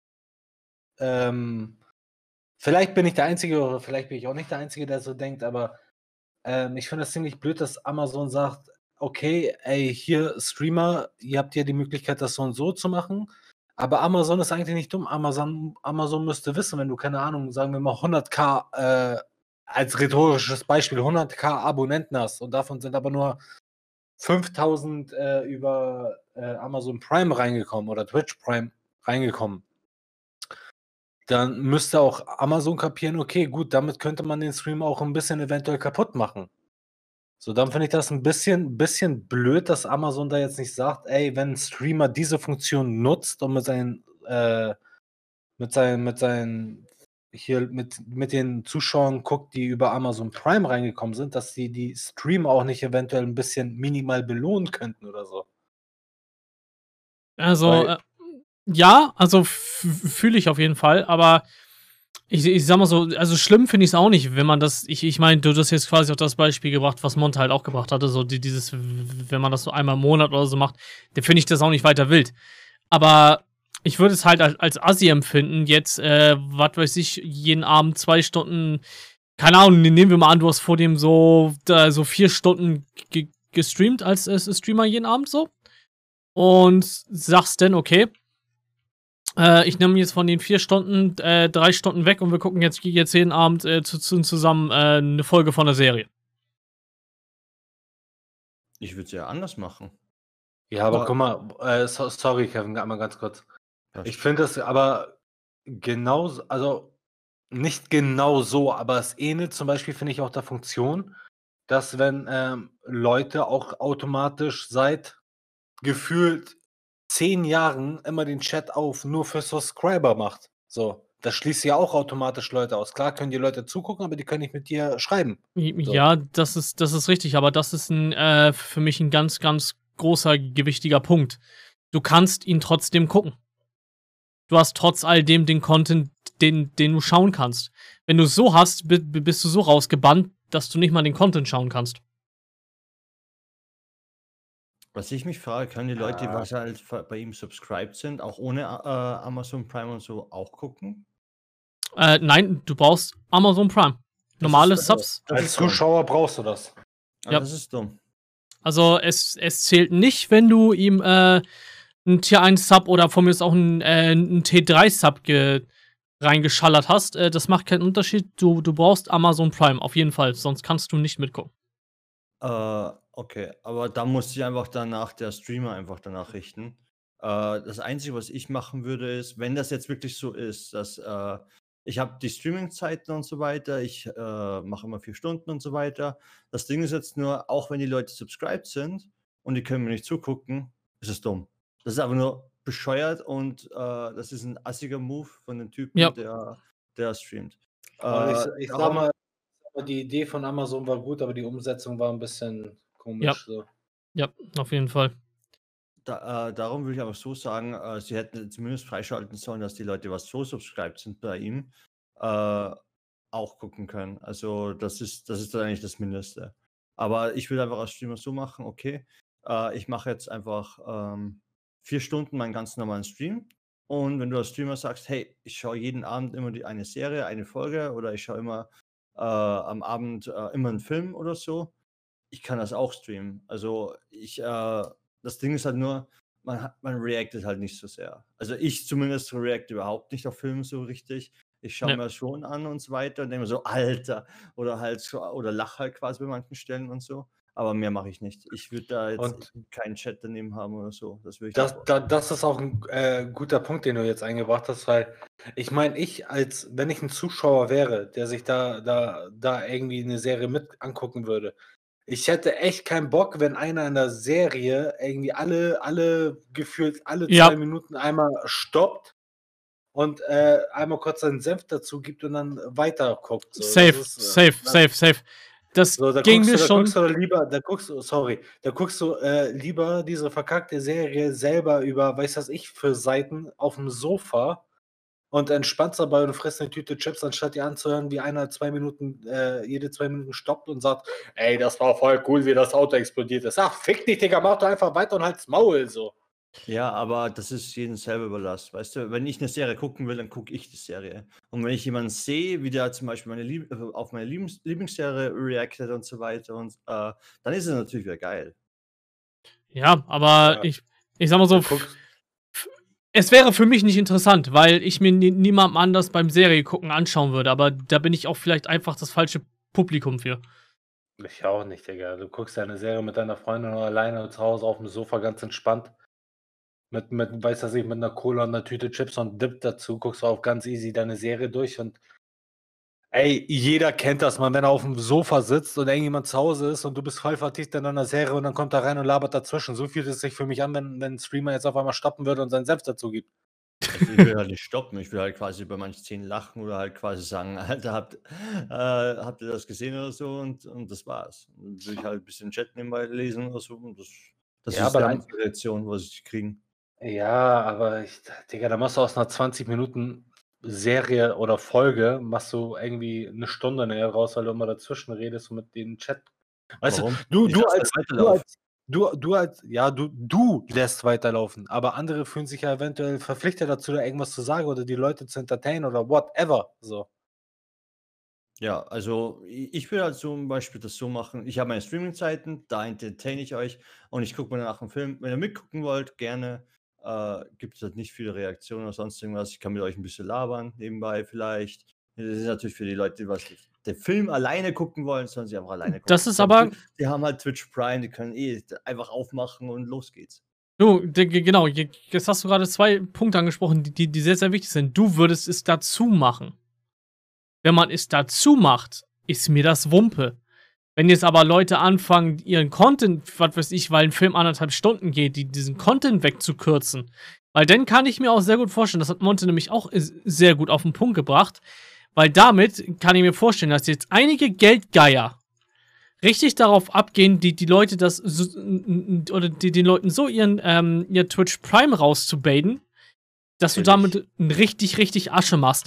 vielleicht bin ich der Einzige oder vielleicht bin ich auch nicht der Einzige, der so denkt, aber ich finde das ziemlich blöd, dass Amazon sagt: „Okay, ey, hier Streamer, ihr habt hier die Möglichkeit, das so und so zu machen.“ Aber Amazon ist eigentlich nicht dumm. Amazon müsste wissen, wenn du, keine Ahnung, sagen wir mal 100.000, als rhetorisches Beispiel, 100.000 Abonnenten hast und davon sind aber nur 5.000 über Amazon Prime reingekommen oder Twitch Prime reingekommen. dann müsste auch Amazon kapieren, okay, gut, damit könnte man den Stream auch ein bisschen eventuell kaputt machen. So, dann finde ich das ein bisschen blöd, dass Amazon da jetzt nicht sagt: „Ey, wenn 'n Streamer diese Funktion nutzt und mit seinen hier mit den Zuschauern guckt, die über Amazon Prime reingekommen sind, dass sie die Streamer auch nicht eventuell ein bisschen minimal belohnen könnten oder so." Also, Weil ja, also fühle ich auf jeden Fall, aber ich sage mal so, also schlimm finde ich es auch nicht, wenn man das ich meine, du hast jetzt quasi auch das Beispiel gebracht, was Monte halt auch gebracht hatte, so dieses wenn man das so einmal im Monat oder so macht, dann finde ich das auch nicht weiter wild. Aber ich würde es halt als Assi empfinden, jetzt, was weiß ich, jeden Abend 2 Stunden keine Ahnung, nehmen wir mal an, du hast vor dem so 4 Stunden gestreamt als, Streamer jeden Abend so und sagst dann: „Okay, ich nehme jetzt von den 4 Stunden, 3 Stunden weg und wir gucken jetzt jeden Abend, zusammen, 'ne Folge von der Serie." Ich würde es ja anders machen. ja, aber Aber guck mal, sorry, Kevin, einmal ganz kurz. ja, Ich finde das aber genauso, also nicht genau so, aber es ähnelt zum Beispiel, finde ich, auch der Funktion, dass wenn, Leute auch automatisch seit gefühlt 10 Jahren immer den Chat auf nur für Subscriber macht. So, das schließt ja auch automatisch Leute aus. Klar können die Leute zugucken, aber die können nicht mit dir schreiben. So. Ja, das ist richtig, aber das ist für mich ein ganz, ganz großer, gewichtiger Punkt. Du kannst ihn trotzdem gucken. Du hast trotz alledem den Content, den du schauen kannst. Wenn du es so hast, bist du so rausgebannt, dass du nicht mal den Content schauen kannst. was ich mich frage, können die Leute, die Ja. wahrscheinlich bei ihm subscribed sind, auch ohne Amazon Prime und so auch gucken? Nein, du brauchst Amazon Prime. Das Normale ist, Subs. das Als ist dumm. Zuschauer brauchst du das. Ah, Ja. das ist dumm. Also, es zählt nicht, wenn du ihm, 'n Tier 1 Sub oder von mir ist auch 'n T3 Sub reingeschallert hast. Das macht keinen Unterschied. Du brauchst Amazon Prime, auf jeden Fall, sonst kannst du nicht mitgucken. Okay, aber da muss sich einfach danach der Streamer einfach danach richten. Das Einzige, was ich machen würde, ist, wenn das jetzt wirklich so ist, dass ich habe die Streaming-Zeiten und so weiter, ich mache immer 4 Stunden und so weiter. Das Ding ist jetzt nur, auch wenn die Leute subscribed sind und die können mir nicht zugucken, ist es dumm. Das ist einfach nur bescheuert und das ist ein assiger Move von dem Ja, Typen, der streamt. Und ich sage Darum, mal, die Idee von Amazon war gut, aber die Umsetzung war ein bisschen ja, komisch so. ja, auf jeden Fall. darum würde ich aber so sagen, sie hätten zumindest freischalten sollen, dass die Leute, was so subscribed sind bei ihm, auch gucken können. Also das ist dann eigentlich das Mindeste. Aber ich würde einfach als Streamer so machen, okay, ich mache jetzt einfach 4 Stunden meinen ganz normalen Stream. Und wenn du als Streamer sagst, hey, ich schaue jeden Abend immer eine Serie, eine Folge oder ich schaue immer am Abend immer einen Film oder so, ich kann das auch streamen. Also das Ding ist halt nur, man reactet halt nicht so sehr. Also ich zumindest reacte überhaupt nicht auf Filme so richtig. Ich schaue Ja. mir schon an und so weiter und denke mir so, Alter, oder halt so, oder lache halt quasi bei manchen Stellen und so. Aber mehr mache ich nicht. Ich würde da jetzt Und keinen Chat daneben haben oder so. Das würde ich das, nicht wollen. das ist auch ein guter Punkt, den du jetzt eingebracht hast, weil ich meine, wenn ich ein Zuschauer wäre, der sich da irgendwie eine Serie mit angucken würde, ich hätte echt keinen Bock, wenn einer in der Serie irgendwie gefühlt alle Ja, 2 Minuten einmal stoppt und einmal kurz seinen Senf dazu gibt und dann weiter guckt. So, das safe, ist, safe, safe, safe. Das so, ging mir da schon. guckst du lieber, da guckst du lieber diese verkackte Serie selber über, weiß was ich, für Seiten auf dem Sofa und entspannst dabei und frisst eine Tüte Chips, anstatt dir anzuhören, wie einer 2 Minuten, jede 2 Minuten stoppt und sagt, ey, das war voll cool, wie das Auto explodiert ist. Ach, fick dich, Digga, mach doch einfach weiter und halt's Maul, so. Ja, aber das ist jedem selber überlassen. Weißt du, wenn ich eine Serie gucken will, dann gucke ich die Serie. Und wenn ich jemanden sehe, wie der zum Beispiel auf meine Lieblingsserie reactet und so weiter, und dann ist es natürlich wieder geil. Ja, aber Ja, ich sage mal da so, guckst es wäre für mich nicht interessant, weil ich mir niemandem anders beim Serie gucken anschauen würde, aber da bin ich auch vielleicht einfach das falsche Publikum für. ich auch nicht, Digga. Du guckst ja eine Serie mit deiner Freundin oder alleine zu Hause auf dem Sofa ganz entspannt. weiß was ich, mit einer Cola und einer Tüte Chips und Dip dazu, guckst du auch ganz easy deine Serie durch und ey, jeder kennt das, man, wenn er auf dem Sofa sitzt und irgendjemand zu Hause ist und du bist voll vertieft in einer Serie und dann kommt er rein und labert dazwischen. So fühlt es sich für mich an, wenn 'n Streamer jetzt auf einmal stoppen würde und seinen Senf dazu gibt. Also, ich will halt nicht stoppen. Ich will halt quasi bei manchen Szenen lachen oder halt quasi sagen: „Alter, habt ihr das gesehen?" oder so und das war's. Dann will ich halt 'n bisschen Chat nebenbei lesen oder so und das Ja, ist aber die dann einzige Reaktion, was ich kriegen. ja, aber Digga, da machst du aus 'ner 20 Minuten Serie oder Folge machst du irgendwie 'ne Stunde näher raus, weil du immer dazwischen redest und mit denen Chat weißt du, Warum? du Ich du lasse halt als du weiterlaufen. als du als ja, du lässt weiterlaufen, aber andere fühlen sich ja eventuell verpflichtet dazu, da irgendwas zu sagen oder die Leute zu entertainen oder whatever, so. Ja, also ich will halt zum Beispiel das so machen, ich habe meine Streaming-Zeiten, da entertaine ich euch und ich gucke mir danach einen Film. Wenn ihr mitgucken wollt, gerne. Gibt es halt nicht viele Reaktionen oder sonst irgendwas. Ich kann mit euch ein bisschen labern nebenbei vielleicht. Das ist natürlich für die Leute, die was den Film alleine gucken wollen, sollen sie einfach alleine Das gucken. ist aber Die haben halt Twitch Prime, die können einfach aufmachen und los geht's. du, genau, jetzt hast du gerade 2 Punkte angesprochen, die sehr, sehr wichtig sind. Du würdest es dazu machen. Wenn man es dazu macht, ist mir das Wumpe. Wenn jetzt aber Leute anfangen, ihren Content, was weiß ich, weil ein Film 1,5 Stunden geht, diesen Content wegzukürzen, weil dann kann ich mir auch sehr gut vorstellen, das hat Monte nämlich auch sehr gut auf den Punkt gebracht, weil damit kann ich mir vorstellen, dass jetzt einige Geldgeier richtig darauf abgehen, die Leute das oder den Leuten so ihr Twitch Prime rauszubaiten, dass du Natürlich. damit richtig, richtig Asche machst.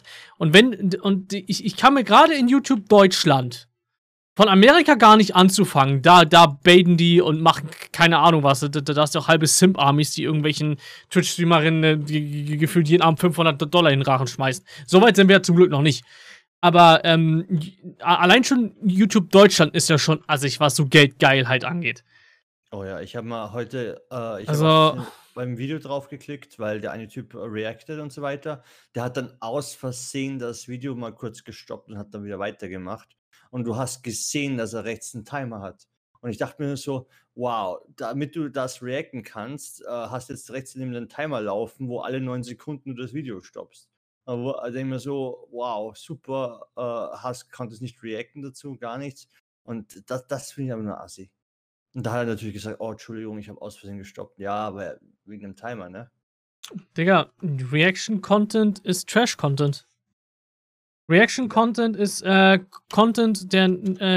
Und ich kann mir gerade in YouTube Deutschland von Amerika gar nicht anzufangen. Da baiten die und machen keine Ahnung was. Da hast du auch halbe Simp-Armies, die irgendwelchen Twitch-Streamerinnen, die gefühlt jeden Abend $500 in den Rachen schmeißen. Soweit sind wir ja zum Glück noch nicht. Aber allein schon YouTube Deutschland ist ja schon assig, was so Geldgeilheit angeht. Oh ja, ich habe mal heute ich habe aus Also, Versehen beim Video drauf geklickt, weil der eine Typ reacted und so weiter. Der hat dann aus Versehen das Video mal kurz gestoppt und hat dann wieder weitergemacht. Und du hast gesehen, dass er rechts 'n Timer hat. Und ich dachte mir so: „Wow, damit du das reacten kannst, hast jetzt rechts neben den Timer laufen, wo alle 9 Sekunden du das Video stoppst." Aber denke mir so: „Wow, super, konntest nicht reacten dazu, gar nichts." Und das finde ich aber nur assi. Und da hat er natürlich gesagt: „Oh, Entschuldigung, ich habe aus Versehen gestoppt." Ja, aber wegen dem Timer, ne? Digga, Reaction-Content ist Trash-Content. Reaction-Content ist Content, der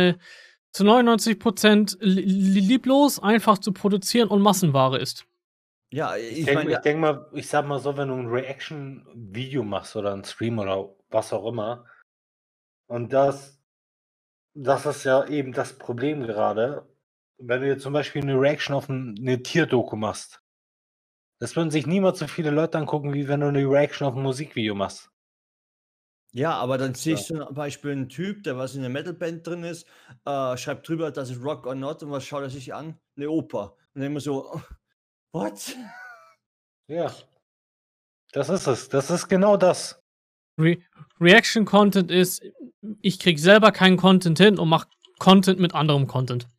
zu 99% lieblos, einfach zu produzieren und Massenware ist. Ja, Ich ich denke meine, ich denke mal, ich sage mal so, wenn du 'n Reaction-Video machst oder 'n Stream oder was auch immer und das ist ja eben das Problem gerade. Wenn du jetzt zum Beispiel 'ne Reaction auf 'ne Tierdoku machst, das würden sich niemals so viele Leute angucken, wie wenn du 'ne Reaction auf 'n Musikvideo machst. ja, aber dann sehe So. ich zum Beispiel 'n Typ, der was in 'ner Metalband drin ist, schreibt drüber, das ist Rock or Not und was schaut er sich an? 'Ne Oper. Und dann immer so: „What?" Ja, das ist es. Das ist genau das. Re Reaction-Content ist, ich krieg selber keinen Content hin und mach Content mit anderem Content.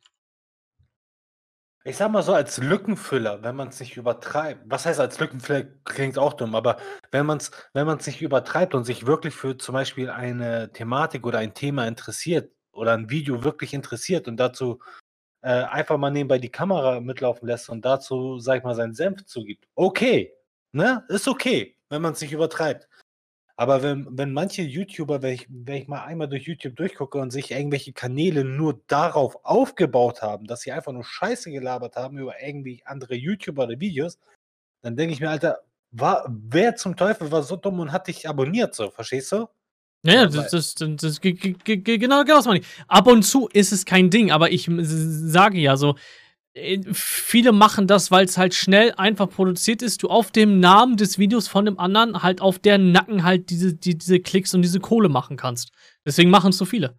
Ich sage mal so, als Lückenfüller, wenn man's nicht übertreibt, was heißt als Lückenfüller, klingt auch dumm, aber wenn man's nicht übertreibt und sich wirklich für zum Beispiel eine Thematik oder ein Thema interessiert oder 'n Video wirklich interessiert und dazu, einfach mal nebenbei die Kamera mitlaufen lässt und dazu, sage ich mal, seinen Senf zugibt. Okay, ne? Ist okay, wenn man's nicht übertreibt. Aber wenn manche YouTuber, wenn ich mal einmal durch YouTube durchgucke und sich irgendwelche Kanäle nur darauf aufgebaut haben, dass sie einfach nur Scheiße gelabert haben über irgendwie andere YouTuber oder Videos, dann denke ich mir: „Alter, wer zum Teufel war so dumm und hat dich abonniert?" So, verstehst du? Ja, ja, Ja, das weil das das genau das meine ich. Ab und zu ist es kein Ding, aber ich sage ja so, viele machen das, weil's halt schnell einfach produziert ist. Du auf dem Namen des Videos von dem anderen halt auf deren Nacken halt diese Klicks und diese Kohle machen kannst. Deswegen machen's so viele.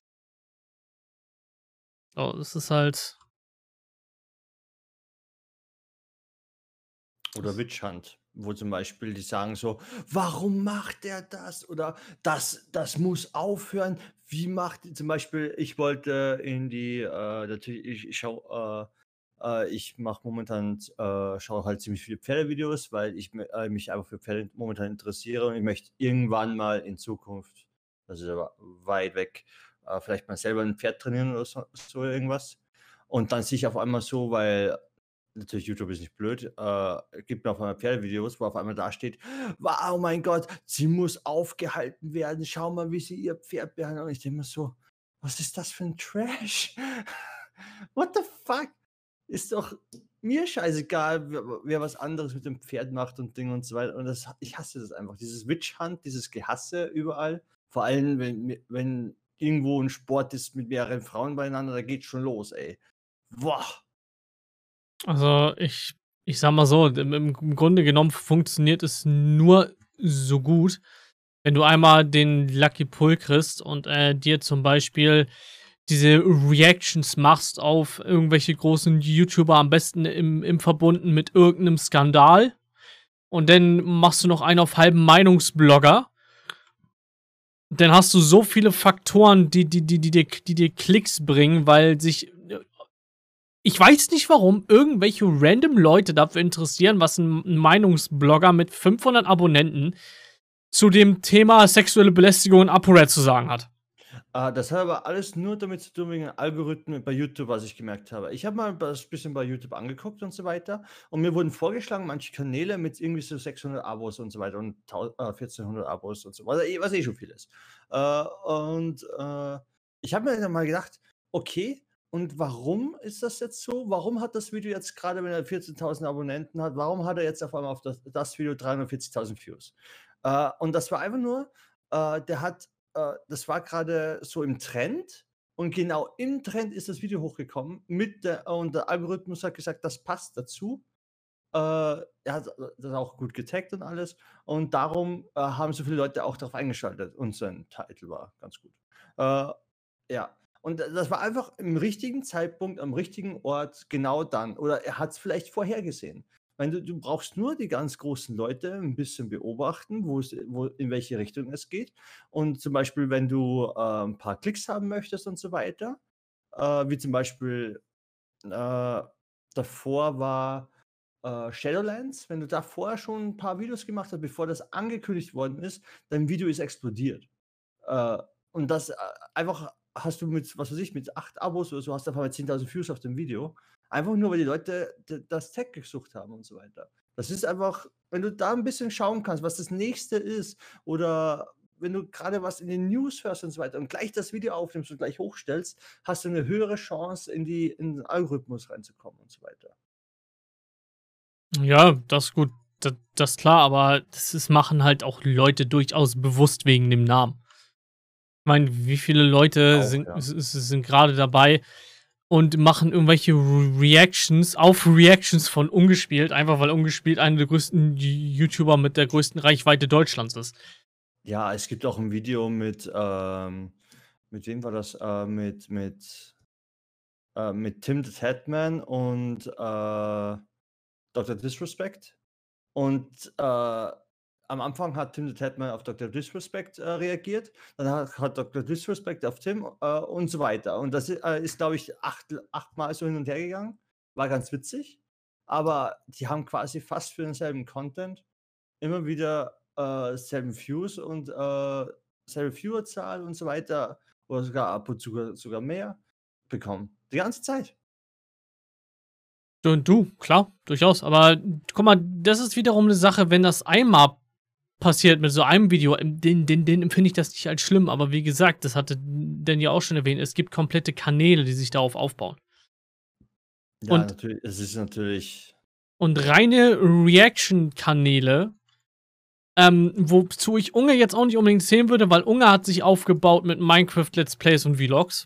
Oh, das ist halt oder Witch Hunt, wo zum Beispiel die sagen so: „Warum macht der das?" Oder „Das muss aufhören." Wie macht zum Beispiel ich wollte in die natürlich ich schaue, Ich mache momentan schaue halt ziemlich viele Pferdevideos, weil ich mich einfach für Pferde momentan interessiere und ich möchte irgendwann mal in Zukunft, das ist aber weit weg, vielleicht mal selber ein Pferd trainieren oder so irgendwas. Und dann sehe ich auf einmal so, weil natürlich YouTube ist nicht blöd, gibt mir auf einmal Pferdevideos, wo auf einmal da steht: „Wow, mein Gott, sie muss aufgehalten werden. Schau mal, wie sie ihr Pferd behandelt.“ Und ich denke mir so: „Was ist das für ein Trash? What the fuck?“ Ist doch mir scheißegal, wer was anderes mit dem Pferd macht und Ding und so weiter. Und ich hasse das einfach. Dieses Witch Hunt, dieses Gehasse überall. Vor allem, wenn irgendwo ein Sport ist mit mehreren Frauen beieinander, da geht's schon los, ey. Boah. Also, ich sage mal so, im Grunde genommen funktioniert es nur so gut, wenn du einmal den Lucky Pull kriegst und, dir zum Beispiel diese Reactions machst auf irgendwelche großen YouTuber, am besten im Verbunden mit irgendeinem Skandal. Und dann machst du noch einen auf halben Meinungsblogger. Dann hast du so viele Faktoren, die dir Klicks bringen, weil sich ich weiß nicht warum irgendwelche random Leute dafür interessieren, was ein Meinungsblogger mit 500 Abonnenten zu dem Thema sexuelle Belästigung und ApoRed zu sagen hat. Das hat aber alles nur damit zu tun wegen den Algorithmen bei YouTube, was ich gemerkt habe. Ich habe mal das bisschen bei YouTube angeguckt und so weiter und mir wurden vorgeschlagen, manche Kanäle mit irgendwie so 600 Abos und so weiter und 1400 Abos und so, was schon viel ist. Ich habe mir dann mal gedacht: „Okay, und warum ist das jetzt so? Warum hat das Video jetzt gerade, wenn er 14.000 Abonnenten hat, warum hat er jetzt auf einmal auf das Video 340.000 Views?“ Und das war einfach nur, der hat das war gerade so im Trend und genau im Trend ist das Video hochgekommen und der Algorithmus hat gesagt, das passt dazu. Er hat das auch gut getaggt und alles und darum, haben so viele Leute auch darauf eingeschaltet und sein Titel war ganz gut. Äh, ja, und das war einfach im richtigen Zeitpunkt, am richtigen Ort, genau dann. Oder er hat es vielleicht vorhergesehen. Weil du brauchst nur die ganz großen Leute ein bisschen beobachten, in welche Richtung es geht. Und zum Beispiel, wenn du, 'n paar Klicks haben möchtest und so weiter, wie zum Beispiel, äh, davor war, Shadowlands. Wenn du da vorher schon ein paar Videos gemacht hast, bevor das angekündigt worden ist, dein Video ist explodiert. Äh, und das, einfach hast du mit, was weiß ich, mit 8 Abos oder so hast du auf einmal 10.000 Views auf dem Video. Einfach nur, weil die Leute das Tag gesucht haben und so weiter. Das ist einfach, wenn du da ein bisschen schauen kannst, was das Nächste ist oder wenn du gerade was in den News hörst und so weiter und gleich das Video aufnimmst und gleich hochstellst, hast du eine höhere Chance, in den Algorithmus reinzukommen und so weiter. Ja, das ist gut. Das ist klar, aber machen halt auch Leute durchaus bewusst wegen dem Namen. Ich meine, wie viele Leute Auch, ja. sind gerade dabei und machen irgendwelche Reactions auf Reactions von Ungespielt, einfach weil Ungespielt einer der größten YouTuber mit der größten Reichweite Deutschlands ist. Ja, es gibt auch ein Video mit wem war das? Mit Tim the Tatman und, Dr. Disrespect. Und, am Anfang hat Tim the Tatman auf Dr. Disrespect, reagiert, dann hat Dr. Disrespect auf Tim, und so weiter. Und das ist, glaube ich, achtmal so hin und her gegangen. War ganz witzig, aber die haben quasi fast für denselben Content immer wieder, selben Views und, selbe Viewerzahl und so weiter oder sogar ab und zu sogar mehr bekommen. Die ganze Zeit. Klar, durchaus. Aber guck mal, das ist wiederum eine Sache, wenn das einmal passiert mit so einem Video, den empfinde ich das nicht als schlimm. Aber wie gesagt, das hatte Dan ja auch schon erwähnt, es gibt komplette Kanäle, die sich darauf aufbauen. Ja, Und, natürlich, es ist natürlich und reine Reaction-Kanäle, wozu ich Unge jetzt auch nicht unbedingt zählen würde, weil Unge hat sich aufgebaut mit Minecraft Let's Plays und Vlogs.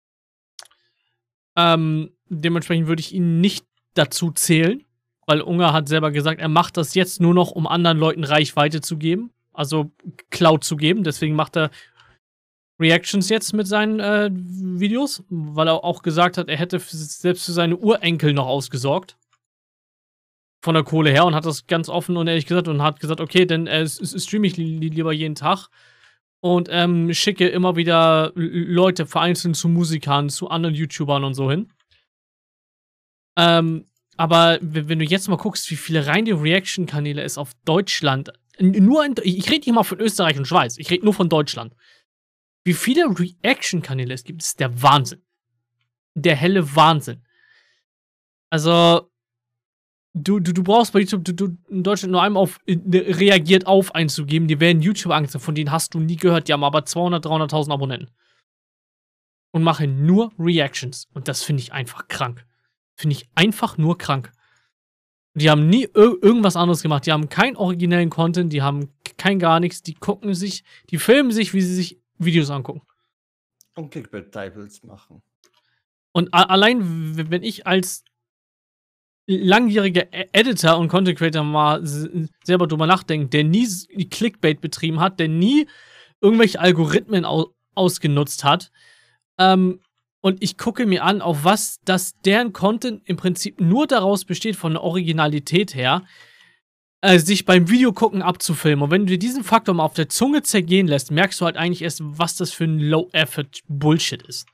Dementsprechend würde ich ihn nicht dazu zählen, weil Unge hat selber gesagt, er macht das jetzt nur noch, um anderen Leuten Reichweite zu geben, also Cloud zu geben. Deswegen macht er Reactions jetzt mit seinen Videos, weil er auch gesagt hat, er hätte selbst für seine Urenkel noch ausgesorgt. Von der Kohle her und hat das ganz offen und ehrlich gesagt und hat gesagt, okay, dann streame ich lieber jeden Tag und schicke immer wieder Leute vereinzelt zu Musikern, zu anderen YouTubern und so hin. Aber wenn du jetzt mal guckst, wie viele reine Reaction-Kanäle es auf Deutschland, ich rede nicht mal von Österreich und Schweiz, ich rede nur von Deutschland. Wie viele Reaction-Kanäle es gibt, ist der Wahnsinn. Der helle Wahnsinn. Also, du brauchst bei YouTube in Deutschland nur einmal auf reagiert auf einzugeben, die werden YouTube angezeigt, von denen hast du nie gehört, die haben aber 200, 300.000 Abonnenten. Und machen nur Reactions. Und das finde ich einfach krank. Finde ich einfach nur krank. Die haben nie irgendwas anderes gemacht. Die haben keinen originellen Content, die haben kein gar nichts. Die filmen sich, wie sie sich Videos angucken. Und Clickbait-Titles machen. Und allein, wenn ich als langjähriger Editor und Content Creator mal selber drüber nachdenke, der nie Clickbait betrieben hat, der nie irgendwelche Algorithmen ausgenutzt hat, und ich gucke mir an, auf was deren Content im Prinzip nur daraus besteht, von der Originalität her, sich beim Videogucken abzufilmen. Und wenn du dir diesen Faktor mal auf der Zunge zergehen lässt, merkst du halt eigentlich erst, was das für ein Low-Effort-Bullshit ist.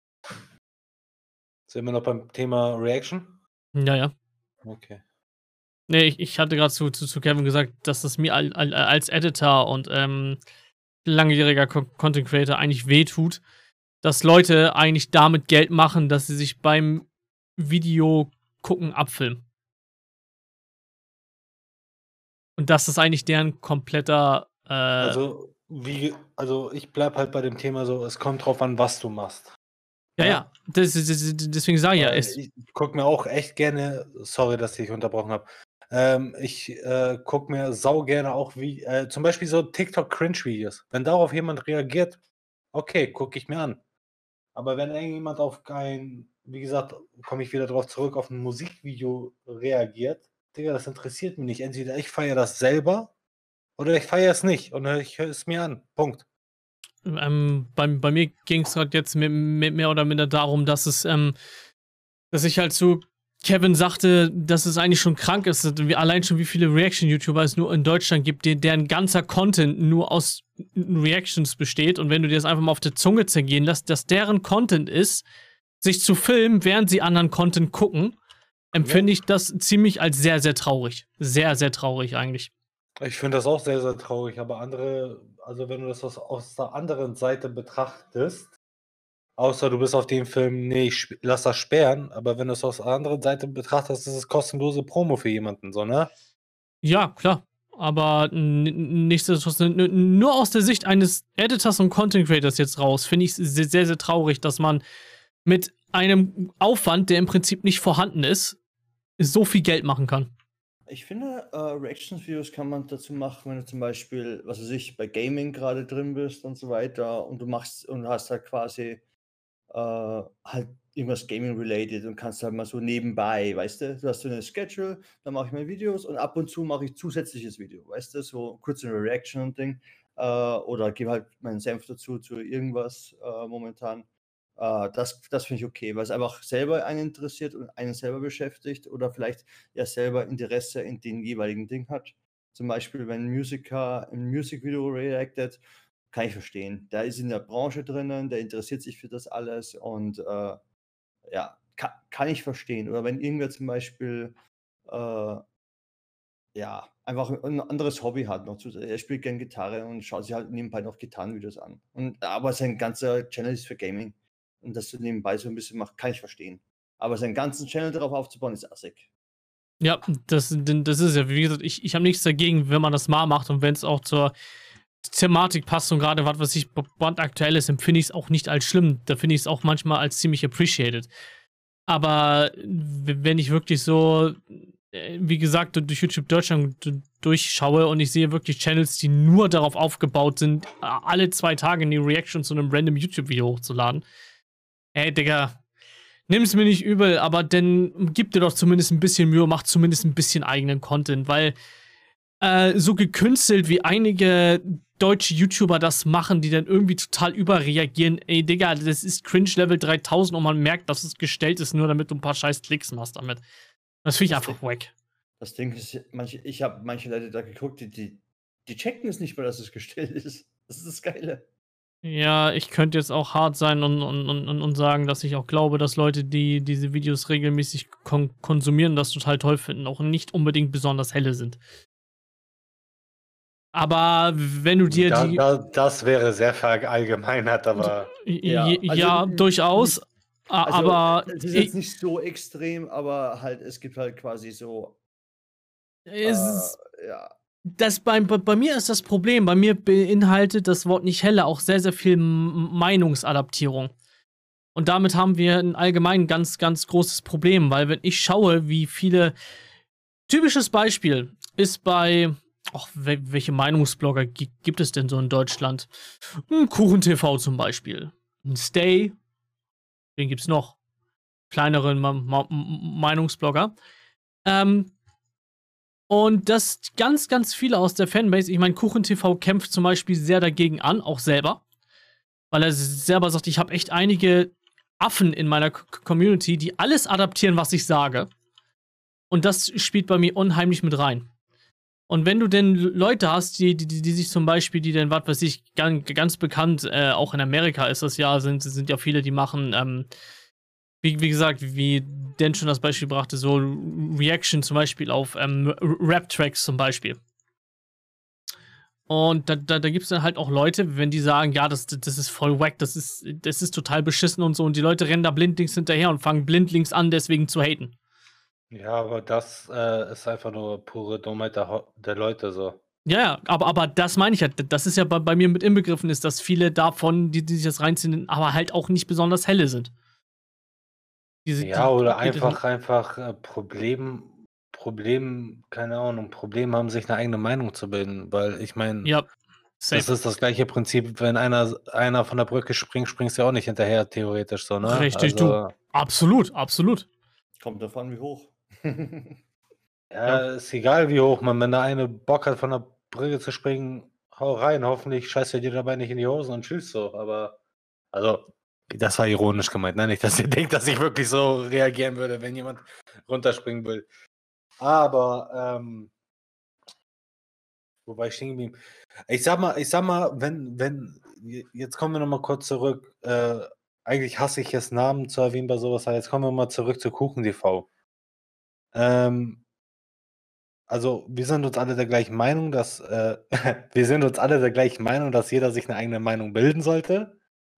Sind wir noch beim Thema Reaction? Ja. Okay. Nee, ich hatte gerade zu Kevin gesagt, dass das mir als Editor und langjähriger Content Creator eigentlich wehtut, dass Leute eigentlich damit Geld machen, dass sie sich beim Video gucken abfilmen. Und das ist eigentlich deren kompletter. Also ich bleib halt bei dem Thema so, es kommt drauf an, was du machst. Ja. Deswegen sage ich ja, Ich gucke mir auch echt gerne, sorry, dass ich unterbrochen habe. Ich gucke mir sau gerne auch zum Beispiel so TikTok-Cringe-Videos. Wenn darauf jemand reagiert, okay, gucke ich mir an. Aber wenn irgendjemand auf wie gesagt, komme ich wieder drauf zurück, auf ein Musikvideo reagiert, Digga, das interessiert mich nicht. Entweder ich feiere das selber oder ich feiere es nicht und ich höre es mir an. Punkt. Bei mir ging es halt jetzt mehr oder minder darum, dass dass ich halt zu Kevin sagte, dass es eigentlich schon krank ist, allein schon wie viele Reaction-YouTuber es nur in Deutschland gibt, deren ganzer Content nur aus Reactions besteht. Und wenn du dir das einfach mal auf der Zunge zergehen lässt, dass deren Content ist, sich zu filmen, während sie anderen Content gucken, empfinde ich das ziemlich als sehr, sehr traurig. Sehr, sehr traurig eigentlich. Ich finde das auch sehr, sehr traurig, aber also wenn du das aus der anderen Seite betrachtest, außer du bist auf dem Film, nee, ich lass das sperren, aber wenn du es aus der anderen Seite betrachtest, ist es kostenlose Promo für jemanden, so, ne? Ja, klar. Aber nichtsdestotrotz, nur aus der Sicht eines Editors und Content Creators jetzt raus, finde ich es sehr, sehr traurig, dass man mit einem Aufwand, der im Prinzip nicht vorhanden ist, so viel Geld machen kann. Ich finde, Reactions-Videos kann man dazu machen, wenn du zum Beispiel, was weiß ich, bei Gaming gerade drin bist und so weiter und du hast halt quasi halt irgendwas Gaming-related und kannst halt mal so nebenbei, weißt du? Du hast so eine Schedule, dann mache ich meine Videos und ab und zu mache ich zusätzliches Video, weißt du? So kurz eine Reaction und Ding. Oder gebe halt meinen Senf dazu zu irgendwas momentan. Das finde ich okay, weil es einfach selber einen interessiert und einen selber beschäftigt oder vielleicht ja selber Interesse in den jeweiligen Ding hat. Zum Beispiel, wenn ein Musiker ein Musikvideo reactet, kann ich verstehen. Der ist in der Branche drinnen, der interessiert sich für das alles und ja, kann ich verstehen. Oder wenn irgendwer zum Beispiel ja, einfach ein anderes Hobby hat noch er spielt gern Gitarre und schaut sich halt nebenbei noch Gitarrenvideos an. Aber sein ganzer Channel ist für Gaming. Und das so nebenbei so ein bisschen macht, kann ich verstehen. Aber seinen ganzen Channel darauf aufzubauen, ist assig. Ja, das ist ja, wie gesagt, ich habe nichts dagegen, wenn man das mal macht und wenn es auch zur Thematik passt und gerade was weiß ich, brandaktuell ist, empfinde ich es auch nicht als schlimm. Da finde ich es auch manchmal als ziemlich appreciated. Aber wenn ich wirklich so, wie gesagt, durch YouTube Deutschland durchschaue und ich sehe wirklich Channels, die nur darauf aufgebaut sind, alle 2 Tage eine Reaction zu einem random YouTube-Video hochzuladen. Ey, Digga, nimm's mir nicht übel, aber dann gib dir doch zumindest ein bisschen Mühe, mach zumindest ein bisschen eigenen Content, weil so gekünstelt wie einige deutsche YouTuber das machen, die dann irgendwie total überreagieren, ey, Digga, das ist Cringe-Level 3000 und man merkt, dass es gestellt ist, nur damit du ein paar scheiß Klicks machst damit. Das finde ich einfach wack. Das Ding ist, ich habe manche Leute da geguckt, die checken es nicht mal, dass es gestellt ist. Das ist das Geile. Ja, ich könnte jetzt auch hart sein und sagen, dass ich auch glaube, dass Leute, die diese Videos regelmäßig konsumieren, das total toll finden, auch nicht unbedingt besonders helle sind. Aber wenn du dir die Das wäre sehr verallgemeinert, aber Ja, also ja, durchaus, nicht, also aber es ist jetzt nicht so extrem, aber halt, es gibt halt quasi so, es ja. das bei mir ist das Problem. Bei mir beinhaltet das Wort nicht helle auch sehr, sehr viel Meinungsadaptierung. Und damit haben wir ein allgemein ganz, ganz großes Problem, weil wenn ich schaue, wie viele typisches Beispiel ist bei welche Meinungsblogger gibt es denn so in Deutschland? KuchenTV zum Beispiel. Ein Stay, wen gibt's noch? Kleineren Meinungsblogger. Und das ganz, ganz viele aus der Fanbase, ich meine, KuchenTV kämpft zum Beispiel sehr dagegen an, auch selber. Weil er selber sagt, ich habe echt einige Affen in meiner Community, die alles adaptieren, was ich sage. Und das spielt bei mir unheimlich mit rein. Und wenn du denn Leute hast, die sich zum Beispiel, die dann, was weiß ich, ganz bekannt, auch in Amerika ist das ja, sind ja viele, die machen, wie gesagt, wie Dan schon das Beispiel brachte, so Reaction zum Beispiel auf Rap-Tracks zum Beispiel. Und da gibt es dann halt auch Leute, wenn die sagen, ja, das ist voll wack, das ist total beschissen und so, und die Leute rennen da blindlings hinterher und fangen blindlings an, deswegen zu haten. ja, aber das ist einfach nur pure Dummheit der Leute so. Ja, aber das meine ich ja, das ist ja bei mir mit inbegriffen ist, dass viele davon, die sich das reinziehen, aber halt auch nicht besonders helle sind. Ja, oder Die das, einfach keine Ahnung, Problem haben, sich eine eigene Meinung zu bilden, weil ich meine, ja, das safe. ist das gleiche Prinzip, wenn einer von der Brücke springt, springst du ja auch nicht hinterher, theoretisch so, ne? Richtig, du. Also, Absolut, absolut. Kommt davon, wie hoch. Ja. ja, ist egal, wie hoch man, wenn der eine Bock hat, von der Brücke zu springen, hau rein, hoffentlich scheißt er dir dabei nicht in die Hosen und chillst so, aber also, das war ironisch gemeint, ne? Nicht, dass ihr denkt, dass ich wirklich so reagieren würde, wenn jemand runterspringen will. Aber, wo war ich stehen geblieben? Ich sag mal, wenn jetzt kommen wir noch mal kurz zurück, eigentlich hasse ich es, Namen zu erwähnen bei sowas, aber jetzt kommen wir mal zurück zu KuchenTV. Ähm, also, wir sind uns alle der gleichen Meinung, dass, wir sind uns alle der gleichen Meinung, dass jeder sich eine eigene Meinung bilden sollte.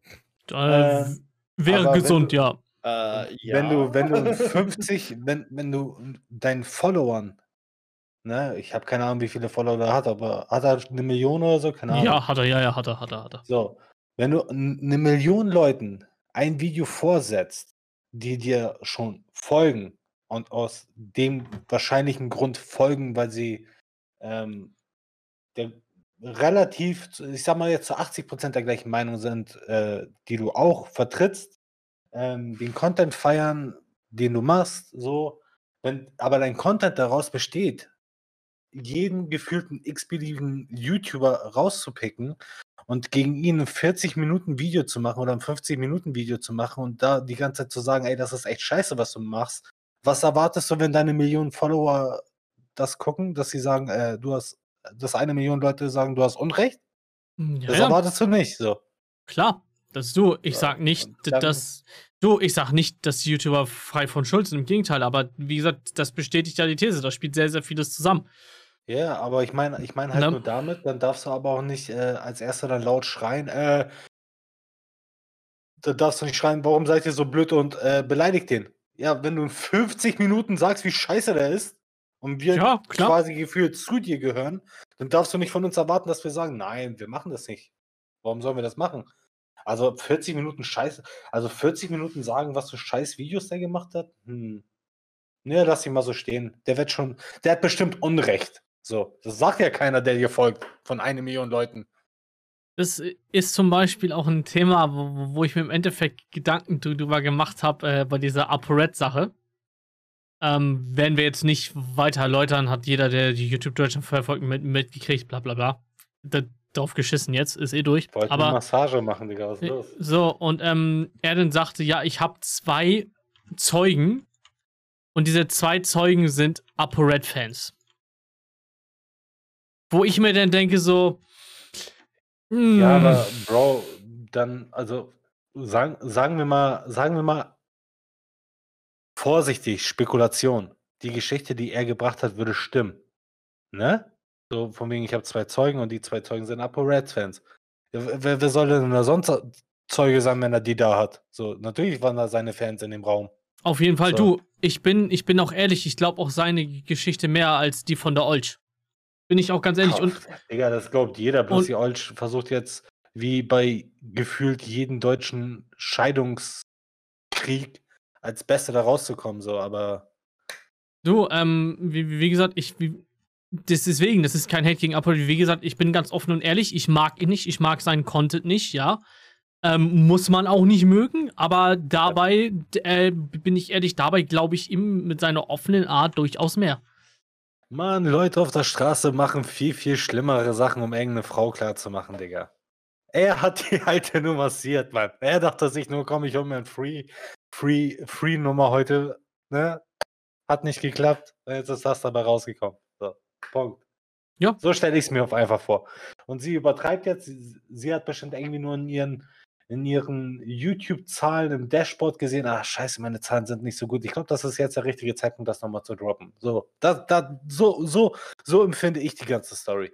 Wäre aber gesund, ja. wenn du 50 wenn du deinen Followern, ne, ich habe keine Ahnung, wie viele Follower er hat, aber hat er 1 Million oder so? Keine Ahnung. Ja, hat er, ja, hat er. So, wenn du 'ne Million Leuten ein Video vorsetzt, die dir schon folgen und aus dem wahrscheinlichen Grund folgen, weil sie, der relativ ich sage mal jetzt zu 80% der gleichen Meinung sind, die du auch vertrittst, den Content feiern, den du machst, so. Wenn aber dein Content daraus besteht, jeden gefühlten x-beliebigen YouTuber rauszupicken und gegen ihn 'n 40 Minuten Video zu machen oder 'n 50 Minuten Video zu machen und da die ganze Zeit zu sagen: „Ey, das ist echt scheiße, was du machst.“ Was erwartest du, wenn deine Millionen Follower das gucken, dass sie sagen, dass 1 Million Leute sagen: „Du hast Unrecht?“ Ja, Das ja, erwartest du nicht, so. klar. Das du, ich So, sag nicht, und dann ich sag nicht, dass YouTuber frei von Schuld sind, im Gegenteil, aber wie gesagt, das bestätigt ja die These, da spielt sehr, sehr vieles zusammen. ja, aber ich meine halt Ne? nur damit, dann darfst du aber auch nicht, als Erster dann laut schreien, da darfst du nicht schreien: „Warum seid ihr so blöd?“ und, beleidigt den. Ja, wenn du in 50 Minuten sagst, wie scheiße der ist und wir Ja, klar. quasi gefühlt zu dir gehören, dann darfst du nicht von uns erwarten, dass wir sagen: „Nein, wir machen das nicht.“ Warum sollen wir das machen? Also, 40 Minuten Scheiße, also 40 Minuten sagen, was für scheiß Videos der gemacht hat? Ne, lass ihn mal so stehen. Der hat bestimmt Unrecht. So, das sagt ja keiner, der dir folgt, von 1 Million Leuten. Das ist zum Beispiel auch ein Thema, wo ich mir im Endeffekt Gedanken drüber gemacht habe, bei dieser ApoRed-Sache. Werden wir jetzt nicht weiter erläutern, hat jeder, der die YouTube Deutschland verfolgt, mitgekriegt, bla bla bla. Drauf geschissen jetzt, ist eh durch. Ich wollte 'ne Aber Massage machen, Digga, was ist los? so, und er dann sagte, ja, ich habe 2 Zeugen und diese 2 Zeugen sind ApoRed-Fans. Wo ich mir dann denke so, Ja, aber Bro, dann, also sagen wir mal vorsichtig, Spekulation. Die Geschichte, die er gebracht hat, würde stimmen. Ne? So von wegen, ich habe 2 Zeugen und die 2 Zeugen sind ApoReds-Fans. Ja, wer soll denn da sonst Zeuge sein, wenn er die da hat? So, natürlich waren da seine Fans in dem Raum. Auf jeden Fall, So. du, ich bin auch ehrlich, ich glaube auch seine Geschichte mehr als die von der Olsch. Bin ich auch ganz ehrlich. Und Digga, das glaubt jeder. Bloß und- die Olsch versucht jetzt, wie bei gefühlt jedem deutschen Scheidungskrieg, als Beste da rauszukommen, so, aber du, wie gesagt, deswegen, das ist kein Hate gegen Apoll. Wie gesagt, ich bin ganz offen und ehrlich, ich mag ihn nicht, ich mag seinen Content nicht, ja. Muss man auch nicht mögen, aber dabei, bin ich ehrlich, dabei glaube ich ihm mit seiner offenen Art durchaus mehr. Mann, Leute auf der Straße machen viel, viel schlimmere Sachen, um irgendeine Frau klarzumachen, Digga. Er hat die Alte nur massiert, Mann. Er dachte sich nur, komm, ich hol mir ein Free-Nummer heute, ne? Hat nicht geklappt. Jetzt ist das dabei rausgekommen. So, Punkt. Ja. So stelle ich es mir auf einfach vor. Und sie übertreibt jetzt, sie hat bestimmt irgendwie nur in ihren YouTube-Zahlen im Dashboard gesehen, scheiße, meine Zahlen sind nicht so gut. Ich glaube, das ist jetzt der richtige Zeitpunkt, das nochmal zu droppen. So, so empfinde ich die ganze Story.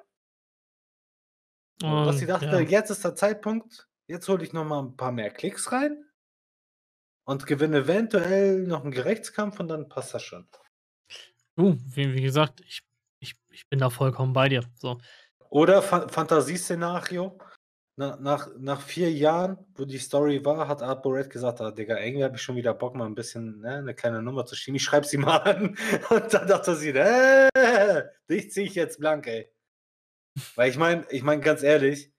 Was sie dachte, Ja. jetzt ist der Zeitpunkt, jetzt hole ich nochmal ein paar mehr Klicks rein und gewinne eventuell noch einen Gerechtskampf und dann passt das schon. Du, wie gesagt, ich bin da vollkommen bei dir. So. Oder Fantasieszenario. Nach 4 Jahren, wo die Story war, hat ApoRed gesagt, Digga, irgendwie habe ich schon wieder Bock, mal ein bisschen, ne, eine kleine Nummer zu schieben. Ich schreibe sie mal an. Und dann dachte sie, dich ziehe ich jetzt blank, ey. Weil ich mein, ganz ehrlich,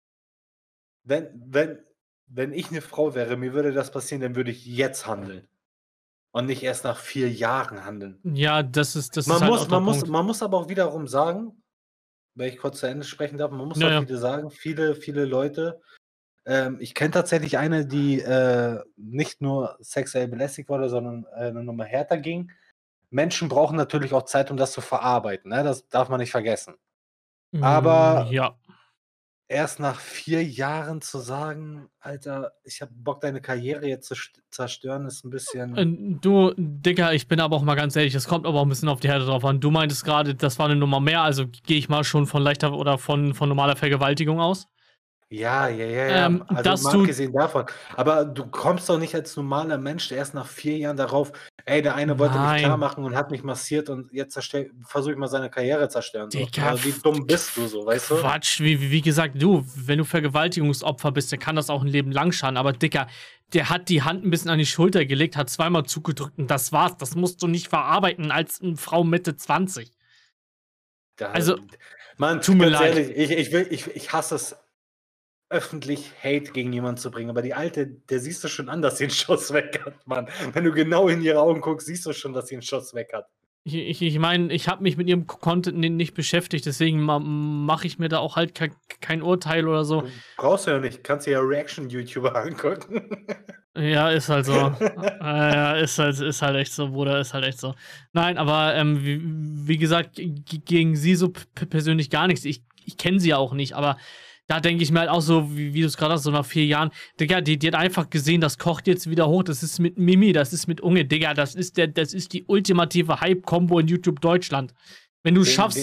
wenn ich eine Frau wäre, mir würde das passieren, dann würde ich jetzt handeln. Und nicht erst nach 4 Jahren handeln. Ja, das ist halt Man auch der Punkt. muss aber auch wiederum sagen, wenn ich kurz zu Ende sprechen darf, man muss Ja, auch ja. wieder sagen, viele Leute, ich kenne tatsächlich eine, die nicht nur sexuell belästigt wurde, sondern eine Nummer härter ging. Menschen brauchen natürlich auch Zeit, um das zu verarbeiten, ne? Das darf man nicht vergessen. Aber Ja. erst nach 4 Jahren zu sagen, Alter, ich habe Bock, deine Karriere jetzt zu zerstören, ist ein bisschen. Du, Digga, ich bin aber auch mal ganz ehrlich, es kommt aber auch ein bisschen auf die Härte drauf an. Du meintest gerade, das war eine Nummer mehr, also gehe ich mal schon von leichter oder von normaler Vergewaltigung aus. Ja. Also dass mal du- abgesehen davon. Aber du kommst doch nicht als normaler Mensch erst nach 4 Jahren darauf, ey, der eine wollte mich Nein. klar machen und hat mich massiert und jetzt versuche ich mal seine Karriere zerstören. So. Digga, Aber wie dumm bist du so, weißt du? Quatsch, wie gesagt, du, wenn du Vergewaltigungsopfer bist, dann kann das auch ein Leben lang schaden. Aber Digga, der hat die Hand ein bisschen an die Schulter gelegt, hat zweimal zugedrückt und das war's. Das musst du nicht verarbeiten als eine Frau Mitte 20. Also, Mann, tut mir ganz leid. ehrlich, ich hasse es, öffentlich Hate gegen jemanden zu bringen. Aber die Alte, der siehst du schon an, dass sie einen Schuss weg hat, Mann. Wenn du genau in ihre Augen guckst, siehst du schon, dass sie einen Schuss weg hat. Ich meine, ich habe mich mit ihrem Content nicht beschäftigt, deswegen mache ich mir da auch halt kein Urteil oder so. Brauchst du ja nicht, kannst dir ja Reaction-YouTuber angucken. Ja, ist halt so. Ja, ist halt echt so, Bruder, ist halt echt so. Nein, aber wie gesagt, gegen sie so persönlich gar nichts. Ich kenne sie ja auch nicht, aber da denke ich mir halt auch so, wie du es gerade hast, so nach 4 Jahren, Digga, die hat einfach gesehen, das kocht jetzt wieder hoch, das ist mit Mimi, das ist mit Unge, Digga, das ist die ultimative Hype-Kombo in YouTube Deutschland. Wenn du schaffst.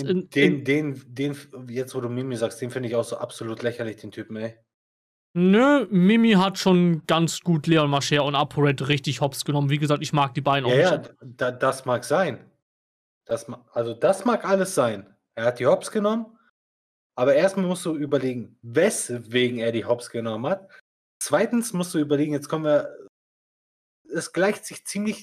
Jetzt wo du Mimi sagst, den finde ich auch so absolut lächerlich, den Typen, ey. Nö, Mimi hat schon ganz gut Leon Mascher und ApoRed richtig hops genommen. Wie gesagt, ich mag die beiden auch nicht. Ja, das mag sein. Das mag alles sein. Er hat die hops genommen, aber erstmal musst du überlegen, weswegen er die hops genommen hat. Zweitens musst du überlegen, jetzt kommen wir, es gleicht sich ziemlich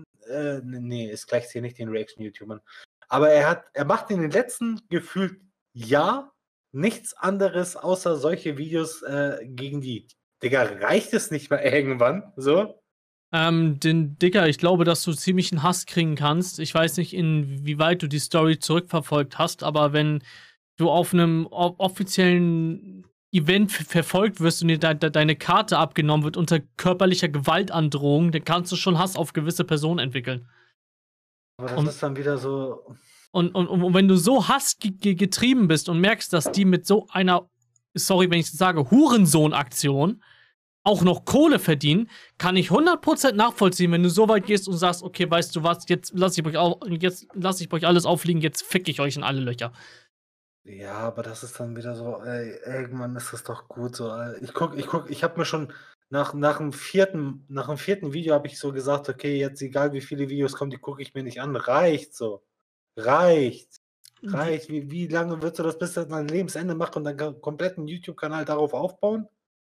es gleicht sich nicht den Reaction-YouTubern, aber er macht in den letzten gefühlt Jahr nichts anderes außer solche Videos gegen die. Digga, reicht es nicht mal irgendwann? So? Digga, ich glaube, dass du ziemlich einen Hass kriegen kannst. Ich weiß nicht, inwieweit du die Story zurückverfolgt hast, aber wenn du auf einem offiziellen Event verfolgt wirst und dir deine Karte abgenommen wird unter körperlicher Gewaltandrohung, dann kannst du schon Hass auf gewisse Personen entwickeln. Aber das ist dann wieder so. Und wenn du so Hass getrieben bist und merkst, dass die mit so einer sorry, wenn ich das sage, Hurensohn-Aktion auch noch Kohle verdienen, kann ich 100% nachvollziehen, wenn du so weit gehst und sagst, okay, weißt du was, jetzt lasse ich euch alles aufliegen, jetzt fick ich euch in alle Löcher. Ja, aber das ist dann wieder so, ey, irgendwann ist das doch gut so. Ich habe mir schon nach dem vierten Video habe ich so gesagt, okay, jetzt egal wie viele Videos kommen, die gucke ich mir nicht an. Reicht so. Reicht. Wie lange willst du das bis zu deinem Lebensende machen und deinen kompletten YouTube-Kanal darauf aufbauen?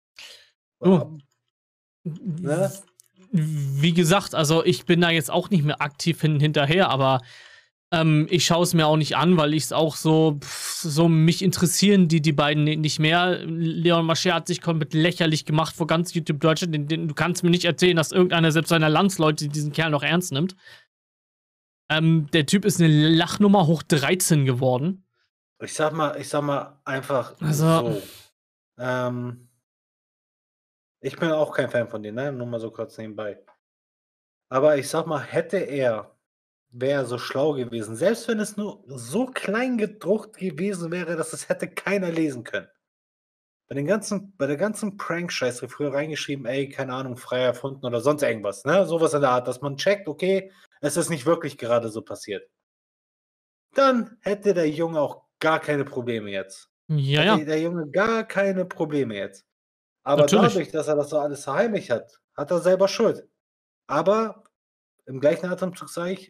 Du, Ne? wie gesagt, also ich bin da jetzt auch nicht mehr aktiv hinterher, aber ich schaue es mir auch nicht an, weil ich es auch so mich interessieren die beiden nicht mehr. Leon Mascher hat sich komplett lächerlich gemacht vor ganz YouTube Deutschland. Du kannst mir nicht erzählen, dass irgendeiner selbst seiner Landsleute diesen Kerl noch ernst nimmt. Der Typ ist eine Lachnummer hoch 13 geworden. Ich sag mal einfach Also, so. Ich bin auch kein Fan von denen, ne? Nur mal so kurz nebenbei. Aber ich sag mal, wäre er so schlau gewesen, selbst wenn es nur so klein gedruckt gewesen wäre, dass es hätte keiner lesen können. Bei der ganzen Prank-Scheiße früher reingeschrieben, ey, keine Ahnung, frei erfunden oder sonst irgendwas, ne? Sowas in der Art, dass man checkt, okay, es ist nicht wirklich gerade so passiert. Dann hätte der Junge auch gar keine Probleme jetzt. ja. Der Junge gar keine Probleme jetzt. Aber Natürlich. dadurch, dass er das so alles verheimlicht hat, hat er selber Schuld. Aber im gleichen Atemzug sage ich,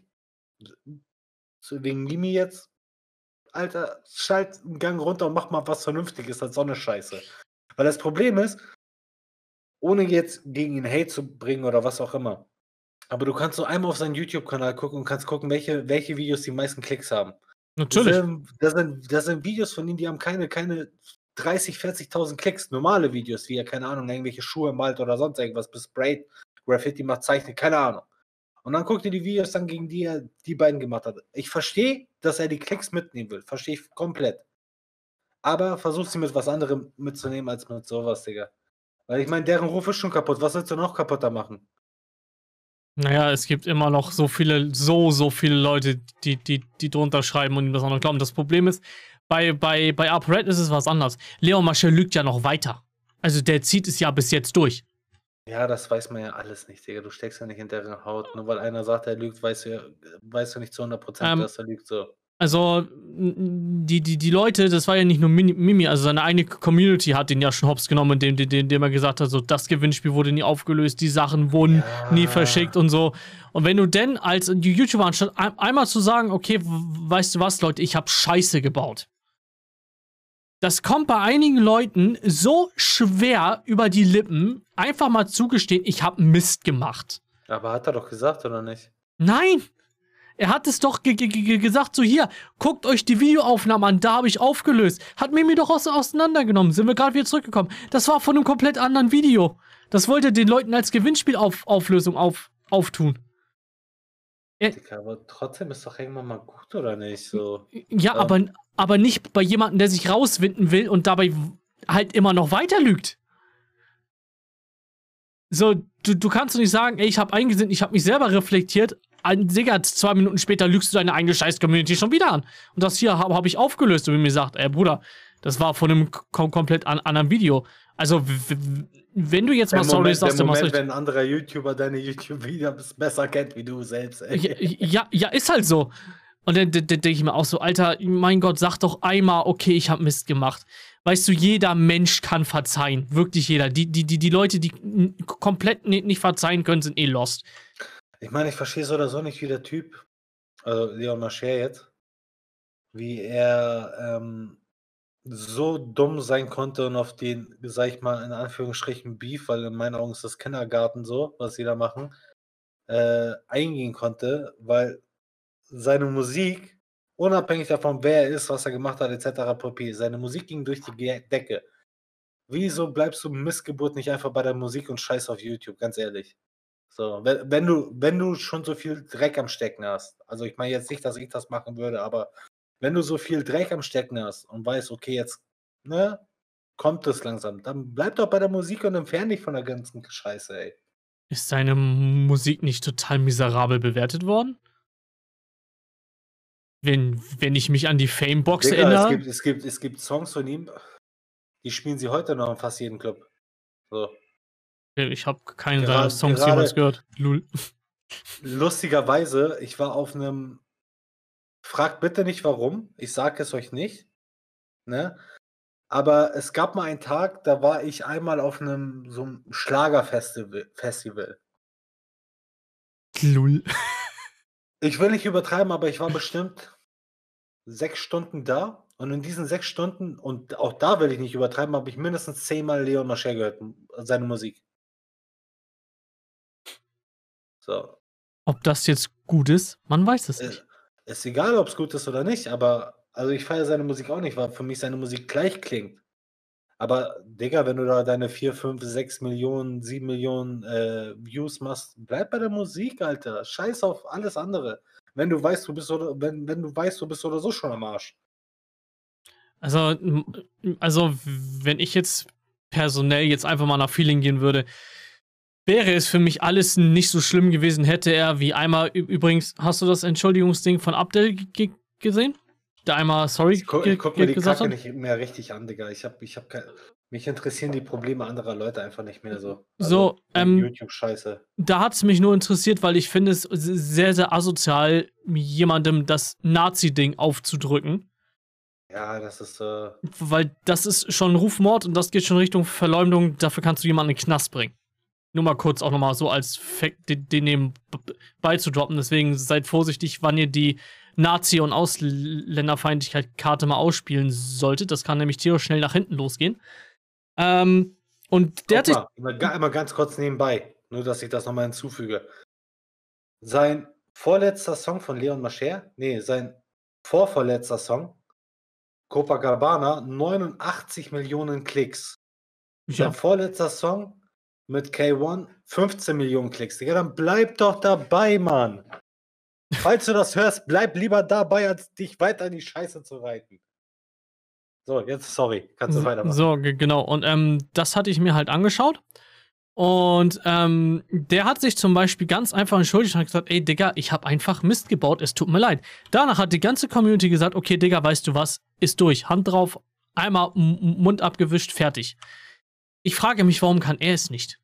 wegen Mimi jetzt, Alter, schalt einen Gang runter und mach mal was Vernünftiges als so eine Scheiße. Weil das Problem ist, ohne jetzt gegen ihn Hate zu bringen oder was auch immer, aber du kannst so einmal auf seinen YouTube-Kanal gucken und kannst gucken, welche Videos die meisten Klicks haben. Natürlich. Das sind Videos von ihm, die haben keine 30.000, 40.000 Klicks. Normale Videos, wie er, keine Ahnung, irgendwelche Schuhe malt oder sonst irgendwas, besprayt, Graffiti macht, zeichnet, keine Ahnung. Und dann guckt ihr die Videos an, gegen die er die beiden gemacht hat. Ich verstehe, dass er die Klicks mitnehmen will. Verstehe ich komplett. Aber versucht sie mit was anderem mitzunehmen als mit sowas, Digga. Weil ich meine, deren Ruf ist schon kaputt. Was willst du noch kaputter machen? Naja, es gibt immer noch so viele Leute, die drunter schreiben und ihm das auch noch glauben. Das Problem ist, bei ApoRed ist es was anderes. Leon Mascher lügt ja noch weiter. Also der zieht es ja bis jetzt durch. Ja, das weiß man ja alles nicht, Digga. Du steckst ja nicht in deren Haut. Nur weil einer sagt, er lügt, weißt du nicht zu 100%, dass er lügt so. Also, die Leute, das war ja nicht nur Mimi, also seine eigene Community hat den ja schon hops genommen, indem er gesagt hat, so, das Gewinnspiel wurde nie aufgelöst, die Sachen wurden nie verschickt und so. Und wenn du denn als YouTuber, anstatt einmal zu sagen, okay, weißt du was, Leute, ich hab Scheiße gebaut. Das kommt bei einigen Leuten so schwer über die Lippen, einfach mal zugestehen, ich hab Mist gemacht. Aber hat er doch gesagt, oder nicht? Nein! Er hat es doch gesagt, so hier, guckt euch die Videoaufnahmen an, da habe ich aufgelöst. Hat Mimi doch auseinandergenommen, sind wir gerade wieder zurückgekommen. Das war von einem komplett anderen Video. Das wollte er den Leuten als Gewinnspielauflösung auftun. Aber trotzdem ist doch irgendwann mal gut, oder nicht? So. Ja, aber nicht bei jemandem, der sich rauswinden will und dabei halt immer noch weiter lügt. So, du kannst doch nicht sagen, ey, ich habe eingesehen, ich habe mich selber reflektiert. Digga, 2 Minuten später lügst du deine eigene Scheiß-Community schon wieder an. Und das hier habe ich aufgelöst. Und mir sagt, ey, Bruder, das war von einem komplett anderen Video. Also, wenn du jetzt mal sorry sagst, dann machst du wenn ein anderer YouTuber deine YouTube-Videos besser kennt wie du selbst, ey. Ja, ist halt so. Und dann denke ich mir auch so, Alter, mein Gott, sag doch einmal, okay, ich habe Mist gemacht. Weißt du, jeder Mensch kann verzeihen. Wirklich jeder. Die Leute, die komplett nicht verzeihen können, sind eh lost. Ich meine, ich verstehe so oder so nicht, wie der Typ, also Leon Mascher jetzt, wie er so dumm sein konnte und auf den, sag ich mal, in Anführungsstrichen Beef, weil in meinen Augen ist das Kindergarten so, was sie da machen, eingehen konnte, weil seine Musik, unabhängig davon, wer er ist, was er gemacht hat, etc. pp., seine Musik ging durch die Decke. Wieso bleibst du Missgeburt nicht einfach bei der Musik und scheiß auf YouTube, ganz ehrlich? So, wenn du schon so viel Dreck am Stecken hast, also ich meine jetzt nicht, dass ich das machen würde, aber wenn du so viel Dreck am Stecken hast und weißt, okay, jetzt, ne, kommt es langsam, dann bleib doch bei der Musik und entferne dich von der ganzen Scheiße, ey. Ist seine Musik nicht total miserabel bewertet worden? Wenn ich mich an die Fame-Box erinnere. Es gibt Songs von ihm, Die spielen sie heute noch in fast jedem Club. So. Ich habe keinen seiner Songs Gerade jemals gehört. Lul. lustigerweise, ich war auf einem, fragt bitte nicht warum, ich sage es euch nicht, ne? Aber es gab mal einen Tag, da war ich einmal auf einem so einem Schlagerfestival. Lul. Ich will nicht übertreiben, aber ich war bestimmt 6 Stunden da und in diesen 6 Stunden, und auch da will ich nicht übertreiben, habe ich mindestens 10-mal Leon Mascher gehört, seine Musik. So. Ob das jetzt gut ist, man weiß es nicht. Ist egal, ob es gut ist oder nicht, aber also ich feiere seine Musik auch nicht, weil für mich seine Musik gleich klingt. Aber Digga, wenn du da deine 4, 5, 6 Millionen, 7 Millionen Views machst, bleib bei der Musik, Alter. Scheiß auf alles andere. Wenn du weißt, du bist oder wenn du weißt, du bist oder so schon am Arsch. Also, wenn ich jetzt personell jetzt einfach mal nach Feeling gehen würde, wäre es für mich alles nicht so schlimm gewesen, hätte er wie einmal, übrigens, hast du das Entschuldigungsding von Abdel gesehen? Der einmal sorry Ich guck mir die gesagt Kacke hat? nicht mehr richtig an, Digga. Mich interessieren die Probleme anderer Leute einfach nicht mehr so. So, YouTube-Scheiße. Da hat es mich nur interessiert, weil ich finde es sehr, sehr asozial, jemandem das Nazi-Ding aufzudrücken. Ja, das ist. Weil das ist schon Rufmord und das geht schon Richtung Verleumdung. Dafür kannst du jemanden in den Knast bringen. Nur mal kurz auch nochmal so als Fact den nebenbei zu droppen. Deswegen seid vorsichtig, wann ihr die Nazi- und Ausländerfeindlichkeit-Karte mal ausspielen solltet. Das kann nämlich tierisch schnell nach hinten losgehen. Und der hat sich. Einmal ganz kurz nebenbei, nur dass ich das nochmal hinzufüge. Sein vorletzter Song von Leon Mascher, sein vorvorletzter Song, Copacabana, 89 Millionen Klicks. Sein vorletzter Song mit K1, 15 Millionen Klicks. Digga, dann bleib doch dabei, Mann. Falls du das hörst, bleib lieber dabei, als dich weiter in die Scheiße zu reiten. So, jetzt, sorry, kannst du weitermachen. So, genau. Und das hatte ich mir halt angeschaut. Und der hat sich zum Beispiel ganz einfach entschuldigt und hat gesagt, ey, Digga, ich habe einfach Mist gebaut, es tut mir leid. Danach hat die ganze Community gesagt, okay, Digga, weißt du was, ist durch, Hand drauf, einmal Mund abgewischt, fertig. Ich frage mich, warum kann er es nicht?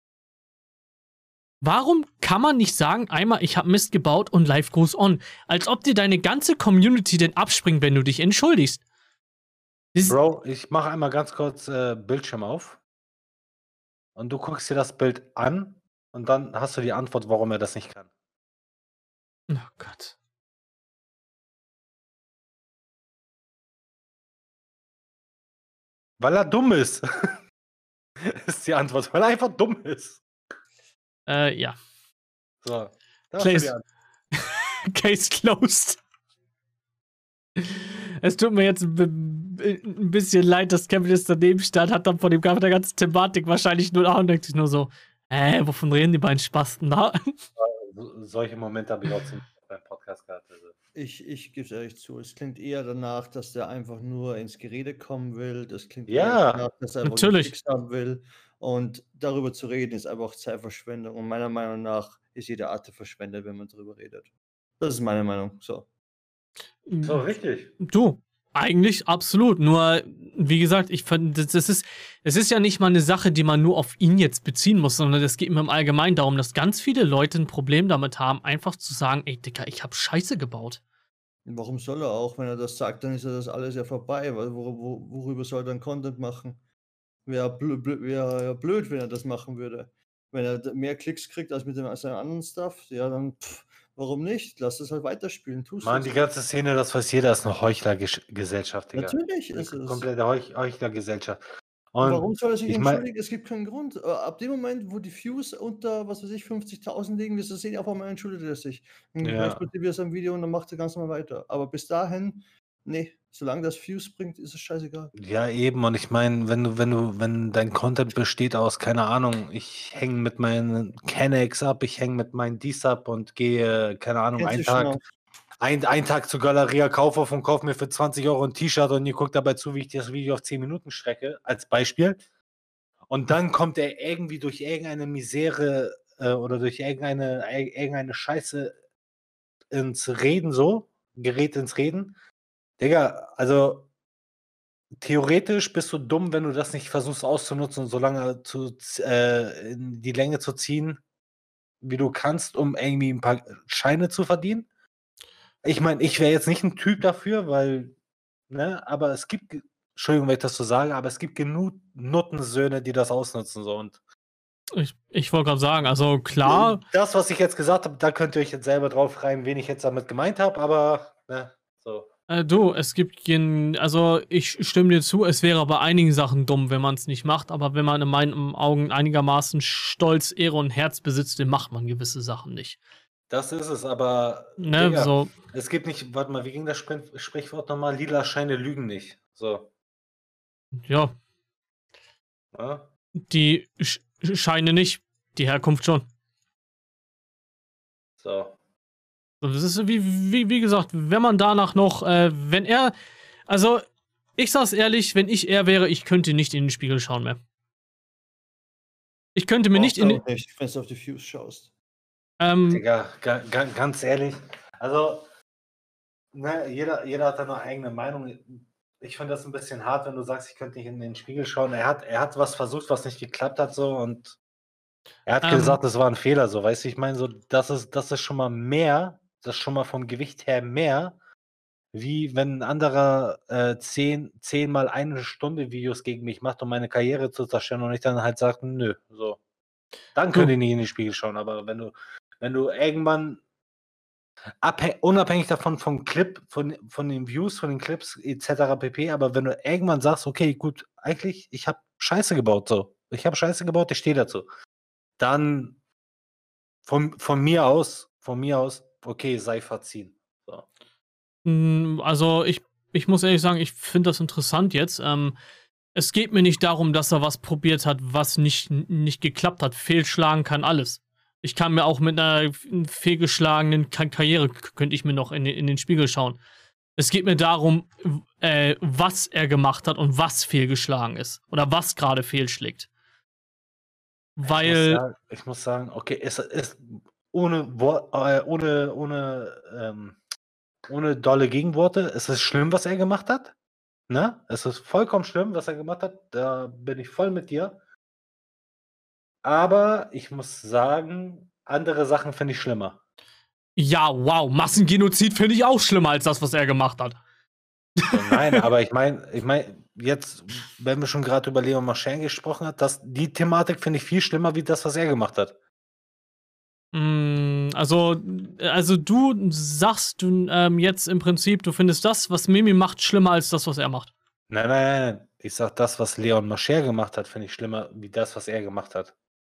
Warum kann man nicht sagen, einmal, ich habe Mist gebaut und life goes on? Als ob dir deine ganze Community denn abspringt, wenn du dich entschuldigst. Bro, ich mache einmal ganz kurz Bildschirm auf. Und du guckst dir das Bild an und dann hast du die Antwort, warum er das nicht kann. Oh Gott. Weil er dumm ist. Ist die Antwort, weil er einfach dumm ist. Ja. So. Case closed. Es tut mir jetzt ein bisschen leid, dass Kevin jetzt daneben stand, hat dann von der ganzen Thematik wahrscheinlich nur und denkt sich nur so, wovon reden die beiden Spasten da? Solche Momente habe ich auch ziemlich beim Podcast gehabt. Also. Ich gebe es ehrlich zu, es klingt eher danach, dass der einfach nur ins Gerede kommen will. Das klingt eher danach, dass er einfach nur Klicks haben will. Und darüber zu reden, ist einfach Zeitverschwendung. Und meiner Meinung nach ist jede Art verschwendet, wenn man darüber redet. Das ist meine Meinung. So. So, richtig. Du, eigentlich absolut. Nur, wie gesagt, ich fand, es ist ja nicht mal eine Sache, die man nur auf ihn jetzt beziehen muss, sondern es geht mir im Allgemeinen darum, dass ganz viele Leute ein Problem damit haben, einfach zu sagen, ey, Dicker, ich habe Scheiße gebaut. Warum soll er auch? Wenn er das sagt, dann ist ja das alles ja vorbei. Weil worüber soll er dann Content machen? Wäre blöd, wenn er das machen würde. Wenn er mehr Klicks kriegt als mit seinem anderen Stuff, ja, dann warum nicht? Lass es halt weiterspielen. Mann, die ganze Szene, das weiß jeder, ist eine Heuchlergesellschaft, Digga. Natürlich ist es. Komplette Heuchlergesellschaft. Und warum soll er sich entschuldigen? Es gibt keinen Grund. Ab dem Moment, wo die Views unter, was weiß ich, 50.000 liegen, wirst du sehen, auf einmal entschuldigt er sich. Gleich motiviert er ein Video und dann macht er ganz normal weiter. Aber bis dahin, nee, solange das Views bringt, ist es scheißegal. Ja, eben. Und ich meine, wenn dein Content besteht aus, keine Ahnung, ich hänge mit meinen Kennex ab, ich hänge mit meinen Dies ab und gehe, keine Ahnung, einen Tag zur Galeria Kaufhof und kaufe mir für 20 Euro ein T-Shirt und ihr guckt dabei zu, wie ich das Video auf 10 Minuten strecke, als Beispiel. Und dann kommt er irgendwie durch irgendeine Misere oder durch irgendeine Scheiße ins Reden so, gerät ins Reden. Digga, also theoretisch bist du dumm, wenn du das nicht versuchst auszunutzen und so lange in die Länge zu ziehen, wie du kannst, um irgendwie ein paar Scheine zu verdienen. Ich meine, ich wäre jetzt nicht ein Typ dafür, weil, ne, aber es gibt, Entschuldigung, wenn ich das so sage, aber es gibt genug Nuttensöhne, die das ausnutzen. So. Und Ich wollte gerade sagen, also klar, das, was ich jetzt gesagt habe, da könnt ihr euch jetzt selber drauf reimen, wen ich jetzt damit gemeint habe, aber, ne, so. du, es gibt also ich stimme dir zu, es wäre bei einigen Sachen dumm, wenn man es nicht macht, aber wenn man in meinen Augen einigermaßen Stolz, Ehre und Herz besitzt, dann macht man gewisse Sachen nicht. Das ist es, aber, Ne, Digga, so, es gibt nicht, warte mal, wie ging das Sprichwort nochmal? Lila Scheine lügen nicht. So, ja, ne? die Scheine nicht, die Herkunft schon. So. Das ist wie gesagt, wenn man danach noch, wenn er, also ich sag's ehrlich, wenn ich er wäre, ich könnte nicht in den Spiegel schauen mehr. Ich könnte mir nicht in Brauchst du auch nicht, wenn du auf die Views schaust. Digga, ganz ehrlich, also, ne, jeder hat da eine eigene Meinung. Ich finde das ein bisschen hart, wenn du sagst, ich könnte nicht in den Spiegel schauen. Er hat was versucht, was nicht geklappt hat, so, und er hat gesagt, das war ein Fehler, so, weißt du, ich meine, so, das ist schon mal mehr, das ist schon mal vom Gewicht her mehr, wie wenn ein anderer 10 mal 1 Stunde Videos gegen mich macht, um meine Karriere zu zerstören und ich dann halt sage, nö, so. Dann könnt ihr nicht in den Spiegel schauen, aber wenn du irgendwann unabhängig davon vom Clip, von den Views, von den Clips etc. pp., aber wenn du irgendwann sagst, okay, gut, eigentlich, ich habe Scheiße gebaut, so. Ich habe Scheiße gebaut, ich stehe dazu. Dann von mir aus, okay, sei verziehen. So. Also ich muss ehrlich sagen, ich finde das interessant jetzt. Es geht mir nicht darum, dass er was probiert hat, was nicht geklappt hat. Fehlschlagen kann alles. Ich kann mir auch mit einer fehlgeschlagenen Karriere, könnte ich mir noch in den Spiegel schauen. Es geht mir darum, was er gemacht hat und was fehlgeschlagen ist. Oder was gerade fehlschlägt. Weil. Ich muss sagen, okay, es ist ohne dolle Gegenworte, es ist schlimm, was er gemacht hat. Ne? Es ist vollkommen schlimm, was er gemacht hat. Da bin ich voll mit dir. Aber ich muss sagen, andere Sachen finde ich schlimmer. Ja, wow, Massengenozid finde ich auch schlimmer als das, was er gemacht hat. Nein, aber ich meine, jetzt, wenn wir schon gerade über Leon Marchand gesprochen haben, die Thematik finde ich viel schlimmer, wie das, was er gemacht hat. Also du sagst jetzt im Prinzip, du findest das, was Mimi macht, schlimmer als das, was er macht. Nein. Ich sag, das, was Leon Marchand gemacht hat, finde ich schlimmer, wie das, was er gemacht hat.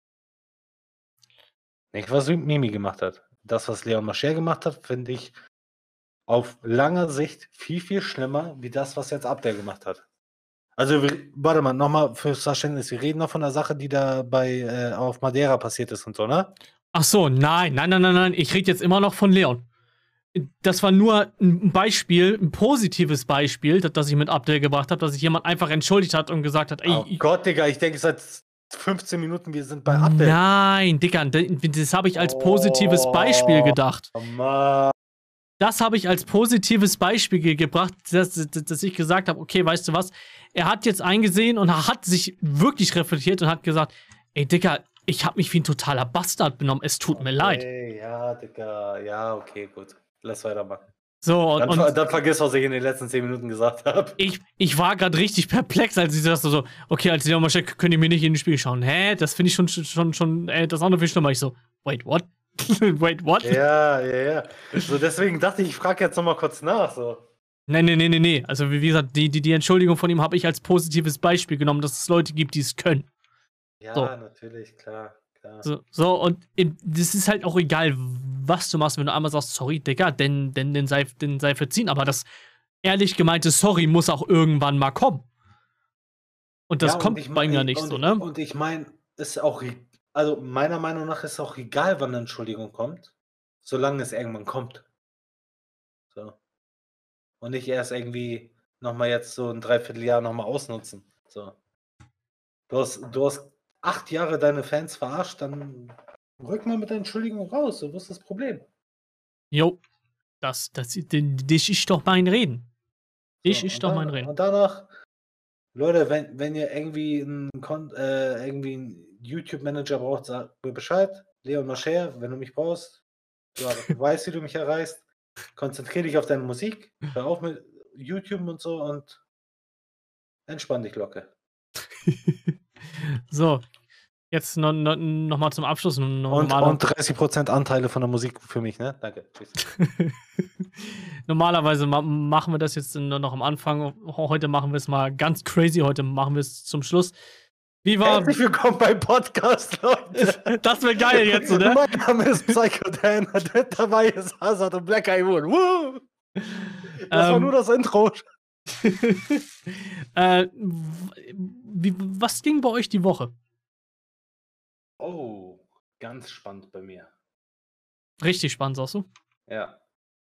Nicht, was Mimi gemacht hat. Das, was Leon Marchand gemacht hat, finde ich auf langer Sicht viel, viel schlimmer, wie das, was jetzt Abdel gemacht hat. Also, warte mal, nochmal fürs Verständnis. Wir reden noch von der Sache, die da auf Madeira passiert ist und so, ne? Ach so, nein. Ich rede jetzt immer noch von Leon. Das war nur ein Beispiel, ein positives Beispiel, das ich mit Abdel gebracht habe, dass sich jemand einfach entschuldigt hat und gesagt hat, ey. Oh Gott, Digga, ich denke seit 15 Minuten, wir sind bei Abdel. Nein, Digga, das habe ich als positives Beispiel gedacht. Mann. Das habe ich als positives Beispiel gebracht, dass ich gesagt habe, okay, weißt du was, er hat jetzt eingesehen und hat sich wirklich reflektiert und hat gesagt, ey, Digga, ich habe mich wie ein totaler Bastard benommen, es tut mir leid. Ja, Digga, ja, okay, gut. Lass weitermachen. So, dann vergiss, was ich in den letzten 10 Minuten gesagt habe. Ich war gerade richtig perplex, als ich dachte so, okay, als Leon Marchand könnt ihr mir nicht in den Spiel schauen. Hä? Das finde ich schon das andere viel schlimmer. Ich so, wait, what? Wait, what? Ja. So, deswegen dachte ich frage jetzt nochmal kurz nach. So. Nee. Also, wie gesagt, die Entschuldigung von ihm habe ich als positives Beispiel genommen, dass es Leute gibt, die es können. Ja, so. Natürlich, klar. So, und das ist halt auch egal, was du machst, wenn du einmal sagst, sorry, Digga, denn sei verziehen. Aber das ehrlich gemeinte Sorry muss auch irgendwann mal kommen. Und das kommt bei ihm ja nicht so, ne? Und ich meine, ist auch, also meiner Meinung nach ist auch egal, wann eine Entschuldigung kommt, solange es irgendwann kommt. So. Und nicht erst irgendwie nochmal jetzt so ein Dreivierteljahr nochmal ausnutzen. So. Du hast 8 Jahre deine Fans verarscht, dann rück mal mit der Entschuldigung raus. So, was ist das Problem? Jo, das ist doch mein Reden. Das ist doch mein Reden. Und danach Leute, wenn ihr irgendwie irgendwie einen YouTube-Manager braucht, sagt mir Bescheid. Leon Mascher, wenn du mich brauchst, du weißt, wie du mich erreichst. Konzentrier dich auf deine Musik, hör auf mit YouTube und so und entspann dich locker. So, jetzt noch mal zum Abschluss 'n Und normaler 30% Anteile von der Musik für mich, ne? Danke. Tschüss. Normalerweise machen wir das jetzt nur noch am Anfang. Heute machen wir es mal ganz crazy. Heute machen wir es zum Schluss. Wie war Herzlich willkommen beim Podcast, Leute. das wäre geil jetzt, ne? Mein Name ist Psycho Dan und dabei ist Hazard und Black Eye Moon. Woo! Das war nur das Intro. Was ging bei euch die Woche? Oh, ganz spannend bei mir. Richtig spannend, sagst du? Ja.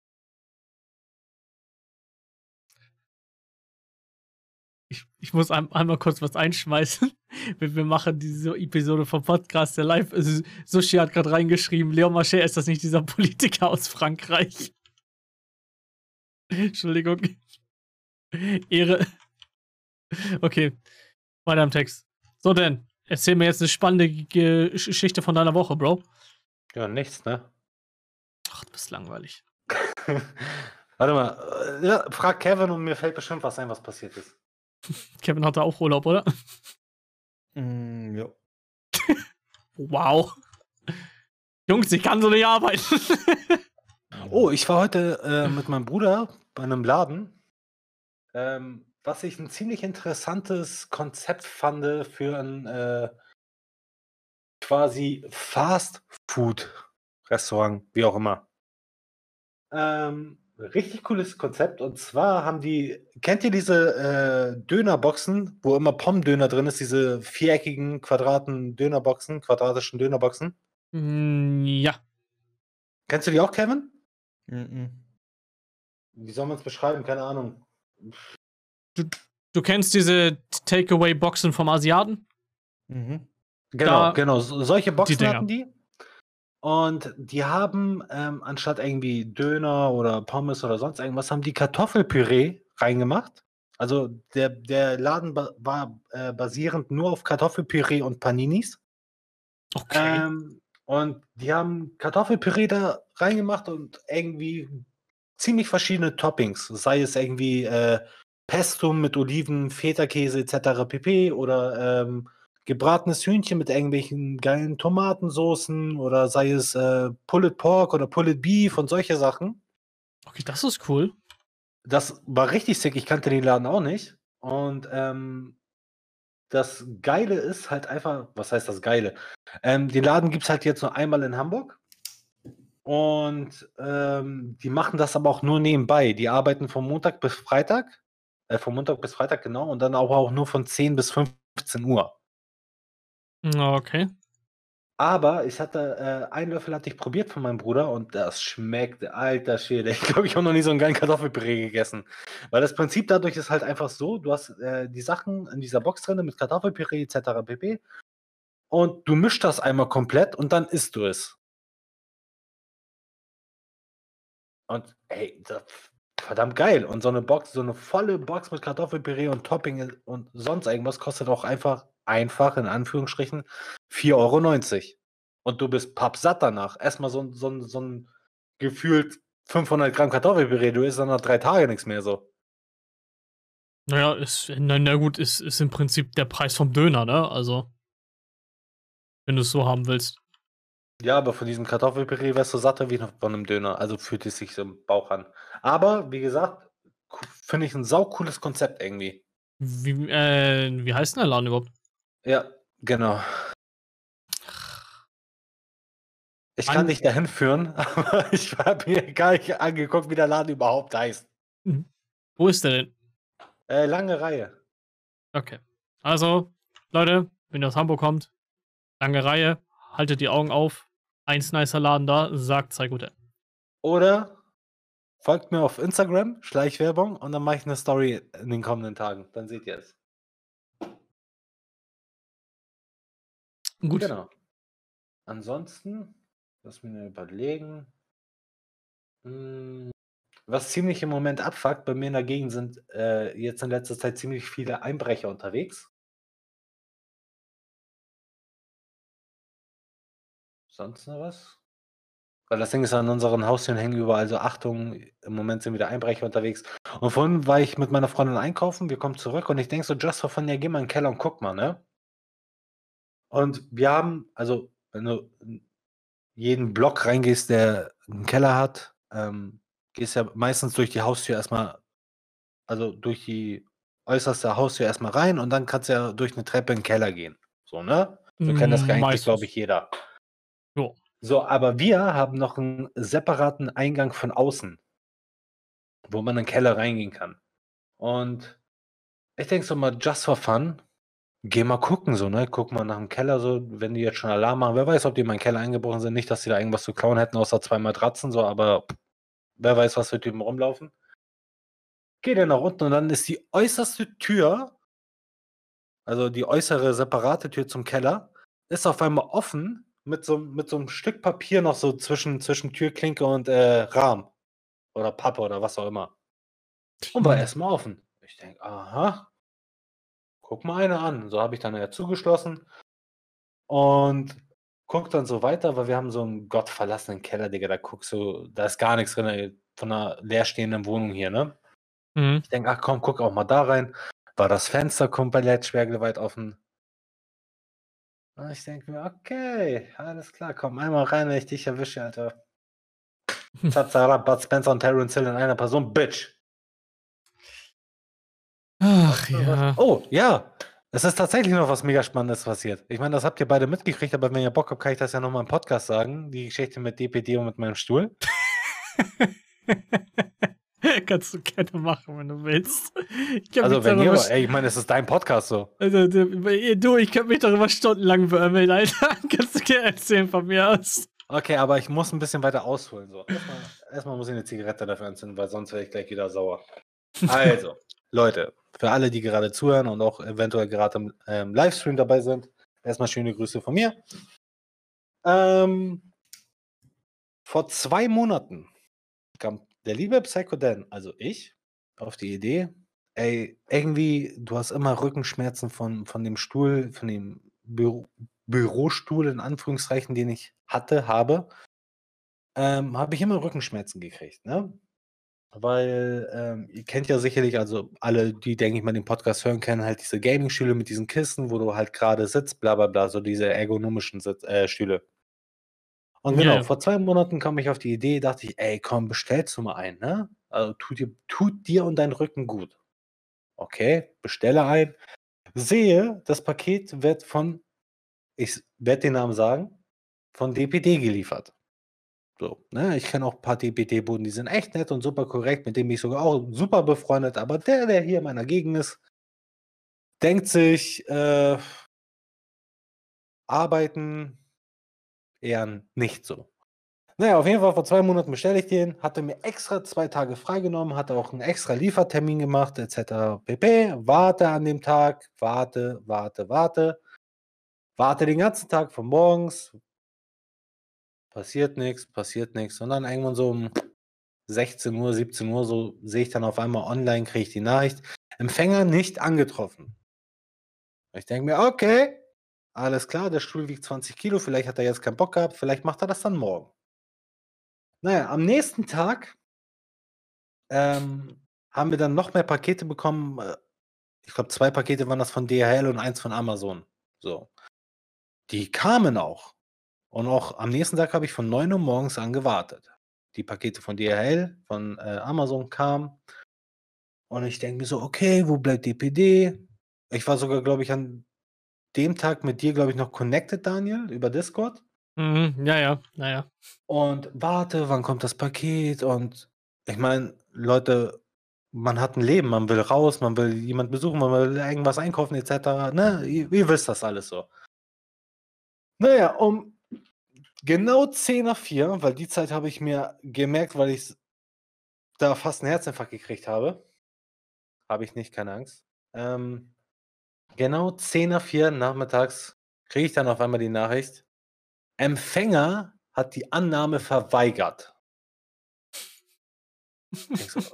Ich muss einmal kurz was einschmeißen. Wir machen diese Episode vom Podcast der Live. Sushi hat gerade reingeschrieben, Leon Mascher, ist das nicht dieser Politiker aus Frankreich? Entschuldigung. Ehre. Okay, weiter im Text. So denn, erzähl mir jetzt eine spannende Geschichte von deiner Woche, Bro. Ja, nichts, ne? Ach, du bist langweilig. Warte mal, ja, frag Kevin und mir fällt bestimmt was ein, was passiert ist. Kevin hatte auch Urlaub, oder? Ja. Wow. Jungs, ich kann so nicht arbeiten. Oh, ich war heute mit meinem Bruder bei einem Laden, was ich ein ziemlich interessantes Konzept fand für ein quasi Fast-Food-Restaurant, wie auch immer. Richtig cooles Konzept. Und zwar haben die, kennt ihr diese Dönerboxen, wo immer Pommes-Döner drin ist, diese viereckigen, quadratischen Dönerboxen? Ja. Kennst du die auch, Kevin? Mhm. Wie soll man es beschreiben? Keine Ahnung. Du kennst diese Takeaway-Boxen vom Asiaten? Mhm. Genau, Da- genau. Solche Boxen Dinger. hatten die. Und die haben anstatt irgendwie Döner oder Pommes oder sonst irgendwas, haben die Kartoffelpüree reingemacht. Also der Laden war basierend nur auf Kartoffelpüree und Paninis. Okay. Und die haben Kartoffelpüree da reingemacht und irgendwie ziemlich verschiedene Toppings. Sei es irgendwie Pesto mit Oliven, Feta-Käse etc. pp. Oder gebratenes Hühnchen mit irgendwelchen geilen Tomatensoßen oder sei es Pulled Pork oder Pulled Beef und solche Sachen. Okay, das ist cool. Das war richtig sick. Ich kannte den Laden auch nicht. Und das Geile ist halt einfach, was heißt das Geile? Den Laden gibt es halt jetzt nur einmal in Hamburg. Und die machen das aber auch nur nebenbei. Die arbeiten von Montag bis Freitag. Von Montag bis Freitag, genau. Und dann aber auch nur von 10 bis 15 Uhr. Okay. Aber ich hatte, einen Löffel hatte ich probiert von meinem Bruder und das schmeckte, alter Schwede. Ich glaube, ich habe noch nie so einen geilen Kartoffelpüree gegessen. Weil das Prinzip dadurch ist halt einfach so, du hast die Sachen in dieser Box drin mit Kartoffelpüree etc. pp. Und du mischst das einmal komplett und dann isst du es. Und ey, verdammt geil. Und so eine Box, so eine volle Box mit Kartoffelpüree und Topping und sonst irgendwas kostet auch einfach in Anführungsstrichen, 4,90 € Und du bist pappsatt danach. Erstmal so ein gefühlt 500 Gramm Kartoffelpüree, du isst dann nach 3 Tage nichts mehr so. Naja, na gut, ist im Prinzip der Preis vom Döner, ne? Also, wenn du es so haben willst. Ja, aber von diesem Kartoffelpüree wärst du satter wie von einem Döner. Also fühlt es sich so im Bauch an. Aber wie gesagt, finde ich ein saucooles Konzept irgendwie. Wie heißt denn der Laden überhaupt? Ja, genau. Ich kann An- dich dahin führen, aber ich habe mir gar nicht angeguckt, wie der Laden überhaupt heißt. Wo ist der denn? Lange Reihe. Okay. Also, Leute, wenn ihr aus Hamburg kommt, lange Reihe, haltet die Augen auf. Eins nicer Laden da, sagt sei gut. Oder folgt mir auf Instagram, Schleichwerbung, und dann mache ich eine Story in den kommenden Tagen. Dann seht ihr es. Gut. Genau. Ansonsten, lass mich mal überlegen. Was ziemlich im Moment abfuckt, bei mir in der Gegend sind jetzt in letzter Zeit ziemlich viele Einbrecher unterwegs. Sonst noch was? Weil das Ding ist, an unseren Haustüren hängen überall so Achtung, im Moment sind wieder Einbrecher unterwegs. Und vorhin war ich mit meiner Freundin einkaufen, wir kommen zurück und ich denke so, just for fun, ja, geh mal in den Keller und guck mal, ne? Und wir haben, also, wenn du in jeden Block reingehst, der einen Keller hat, gehst ja meistens durch die Haustür erstmal, also durch die äußerste Haustür erstmal rein und dann kannst du ja durch eine Treppe in den Keller gehen. So, ne? So kennt das eigentlich, glaube Meistens. ich, jeder. Jo. So, aber wir haben noch einen separaten Eingang von außen, wo man in den Keller reingehen kann. Und ich denke so mal, just for fun, geh mal gucken, so, ne? Guck mal nach dem Keller, so, wenn die jetzt schon Alarm machen. Wer weiß, ob die in meinen Keller eingebrochen sind. Nicht, dass die da irgendwas zu klauen hätten, außer 2 Matratzen, so, aber wer weiß, was für Typen rumlaufen. Geh dann nach unten und dann ist die äußerste Tür, also die äußere separate Tür zum Keller, ist auf einmal offen mit so einem Stück Papier noch so zwischen Türklinke und Rahmen oder Pappe oder was auch immer. Und war erstmal offen. Ich denke, aha, guck mal einer an. So habe ich dann ja zugeschlossen und guck dann so weiter, weil wir haben so einen gottverlassenen Keller, Digga. Da guckst du, da ist gar nichts drin, ey, von einer leerstehenden Wohnung hier, ne? Mhm. Ich denke, ach komm, guck auch mal da rein. War das Fenster komplett sperrangelweit offen. Und ich denke mir, okay, alles klar, komm einmal rein, wenn ich dich erwische, Alter. Zazara, Bud Spencer und Terence Hill in einer Person, Bitch. Ach Weißt du was? ja. Oh, ja. Es ist tatsächlich noch was mega Spannendes passiert. Ich meine, das habt ihr beide mitgekriegt, aber wenn ihr Bock habt, kann ich das ja nochmal im Podcast sagen. Die Geschichte mit DPD und mit meinem Stuhl. Kannst du gerne machen, wenn du willst. Ich kann mich Also, wenn darüber. ihr, ey, ich meine, es ist dein Podcast so. Also, du, ich könnte mich darüber stundenlang beömmeln, Alter. Kannst du gerne erzählen von mir aus. Okay, aber ich muss ein bisschen weiter ausholen. So. Erstmal muss ich eine Zigarette dafür anzünden, weil sonst werde ich gleich wieder sauer. Also, Leute, für alle, die gerade zuhören und auch eventuell gerade im Livestream dabei sind, erstmal schöne Grüße von mir. Vor 2 Monaten kam der liebe Psycho Dan, also ich, auf die Idee, ey, irgendwie, du hast immer Rückenschmerzen von dem Stuhl, von dem Bürostuhl in Anführungszeichen, den ich habe, habe ich immer Rückenschmerzen gekriegt, ne? Weil, ihr kennt ja sicherlich, also alle, die, denke ich mal, den Podcast hören, kennen halt diese Gaming-Stühle mit diesen Kissen, wo du halt gerade sitzt, bla bla bla, so diese ergonomischen Stühle. Und Ja, genau, ja. vor 2 Monaten kam ich auf die Idee, dachte ich, ey, komm, bestellst du mal einen, ne? Also tut dir und deinen Rücken gut. Okay, bestelle ein. Sehe, das Paket wird ich werde den Namen sagen, von DPD geliefert. So, ne? Ich kenne auch ein paar DPD-Buden, die sind echt nett und super korrekt, mit denen bin ich sogar auch super befreundet. Aber der hier in meiner Gegend ist, denkt sich, arbeiten eher nicht so. Naja, auf jeden Fall vor 2 Monaten bestelle ich den, hatte mir extra 2 Tage freigenommen, hatte auch einen extra Liefertermin gemacht, et cetera pp. Warte an dem Tag, warte den ganzen Tag von morgens, passiert nichts. Und dann irgendwann so um 16 Uhr, 17 Uhr, so sehe ich dann auf einmal online, kriege ich die Nachricht, Empfänger nicht angetroffen. Ich denke mir, okay, alles klar, der Stuhl wiegt 20 Kilo, vielleicht hat er jetzt keinen Bock gehabt, vielleicht macht er das dann morgen. Naja, am nächsten Tag haben wir dann noch mehr Pakete bekommen. Ich glaube, 2 Pakete waren das von DHL und 1 von Amazon. So. Die kamen auch. Und auch am nächsten Tag habe ich von 9 Uhr morgens an gewartet. Die Pakete von DHL, von Amazon kamen. Und ich denke mir so, okay, wo bleibt DPD? Ich war sogar, glaube ich, an dem Tag mit dir, glaube ich, noch connected, Daniel, über Discord. Mhm, ja, ja, naja. Und warte, wann kommt das Paket? Und ich meine, Leute, man hat ein Leben, man will raus, man will jemanden besuchen, man will irgendwas einkaufen et cetera, ne? Ihr wisst das alles so. Naja, um genau 3:50, weil die Zeit habe ich mir gemerkt, weil ich da fast 'n Herzinfarkt gekriegt habe. Habe ich nicht, keine Angst. Genau 3:50 nachmittags kriege ich dann auf einmal die Nachricht: „Empfänger hat die Annahme verweigert.“ Denkst du,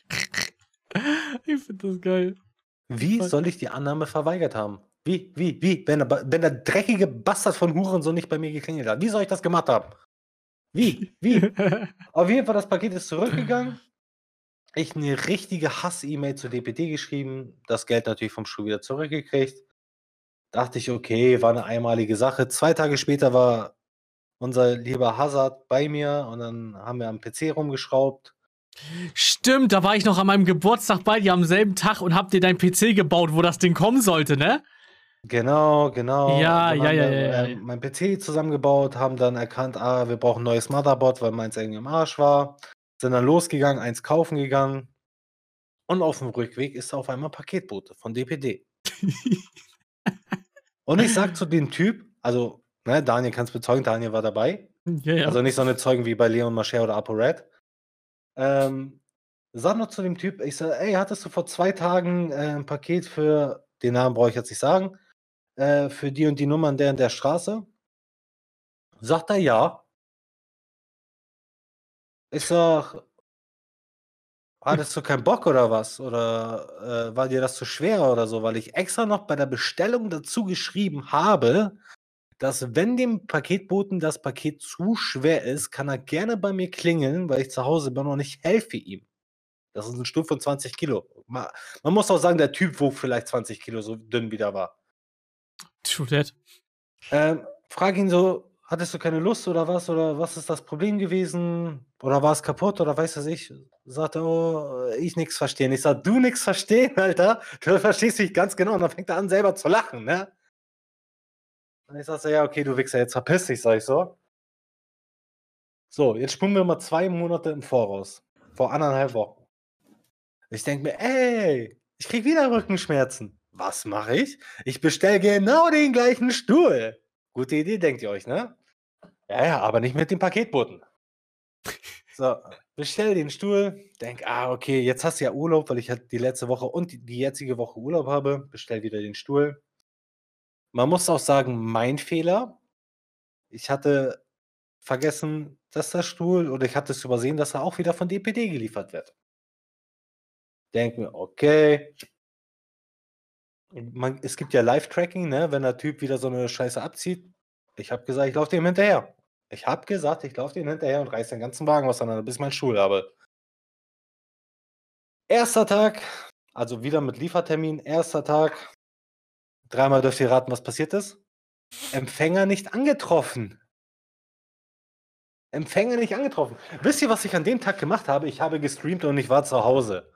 Ich finde das geil. wie Voll. soll ich die Annahme verweigert haben? Wie? Wenn der dreckige Bastard von Hurensohn nicht bei mir geklingelt hat. Wie soll ich das gemacht haben? Wie? Auf jeden Fall, das Paket ist zurückgegangen. Ich eine richtige Hass-E-Mail zur DPD geschrieben, das Geld natürlich vom Schuh wieder zurückgekriegt. Dachte ich, okay, war eine einmalige Sache. 2 Tage später war unser lieber Hazard bei mir und dann haben wir am PC rumgeschraubt. Stimmt, da war ich noch an meinem Geburtstag bei dir am selben Tag und hab dir dein PC gebaut, wo das Ding kommen sollte, ne? Genau. Ja, Dann ja, haben ja, wir ja, ja. mein PC zusammengebaut, haben dann erkannt, wir brauchen ein neues Motherboard, weil meins irgendwie im Arsch war. Sind dann losgegangen, eins kaufen gegangen und auf dem Rückweg ist auf einmal Paketbote von DPD. Und ich sag zu dem Typ, also, ne, Daniel kann's bezeugen, Daniel war dabei. Ja, ja. Also nicht so eine Zeugen wie bei Leon Mascher oder ApoRed. Sag noch zu dem Typ, ich sage, ey, hattest du vor 2 Tagen ein Paket für, den Namen brauche ich jetzt nicht sagen, für die und die Nummer an der und der Straße? Sagt er ja. Ich sag, hattest du keinen Bock oder was? Oder war dir das zu schwer oder so? Weil ich extra noch bei der Bestellung dazu geschrieben habe, dass wenn dem Paketboten das Paket zu schwer ist, kann er gerne bei mir klingeln, weil ich zu Hause bin und ich helfe ihm. Das ist ein Stück von 20 Kilo. Man muss auch sagen, der Typ wog vielleicht 20 Kilo, so dünn wie der war. True that. Frage ihn so, hattest du keine Lust oder was? Oder was ist das Problem gewesen? Oder war es kaputt oder weiß was ich? Sagt er, oh, ich nichts verstehen. Ich sag, du nichts verstehen, Alter? Du verstehst mich ganz genau. Und dann fängt er an, selber zu lachen, ne? Und ich sag so, ja, okay, du Wichser, jetzt verpiss dich, sag ich so. So, jetzt springen wir mal 2 Monate im Voraus. Vor 1,5 Wochen. Ich denke mir, ey, ich krieg wieder Rückenschmerzen. Was mache ich? Ich bestelle genau den gleichen Stuhl. Gute Idee, denkt ihr euch, ne? Ja, aber nicht mit dem Paketboten. So, bestell den Stuhl, denk, okay, jetzt hast du ja Urlaub, weil ich halt die letzte Woche und die jetzige Woche Urlaub habe. Bestell wieder den Stuhl. Man muss auch sagen, mein Fehler. Ich hatte vergessen, dass der Stuhl, oder ich hatte es übersehen, dass er auch wieder von DPD geliefert wird. Denk mir, okay. Es gibt ja Live-Tracking, ne, wenn der Typ wieder so eine Scheiße abzieht. Ich habe gesagt, ich laufe dem hinterher. Ich habe gesagt, ich laufe dem hinterher und reiße den ganzen Wagen auseinander, bis ich meinen Stuhl habe. Erster Tag, also wieder mit Liefertermin, erster Tag. Dreimal dürft ihr raten, was passiert ist. Empfänger nicht angetroffen. Empfänger nicht angetroffen. Wisst ihr, was ich an dem Tag gemacht habe? Ich habe gestreamt und ich war zu Hause.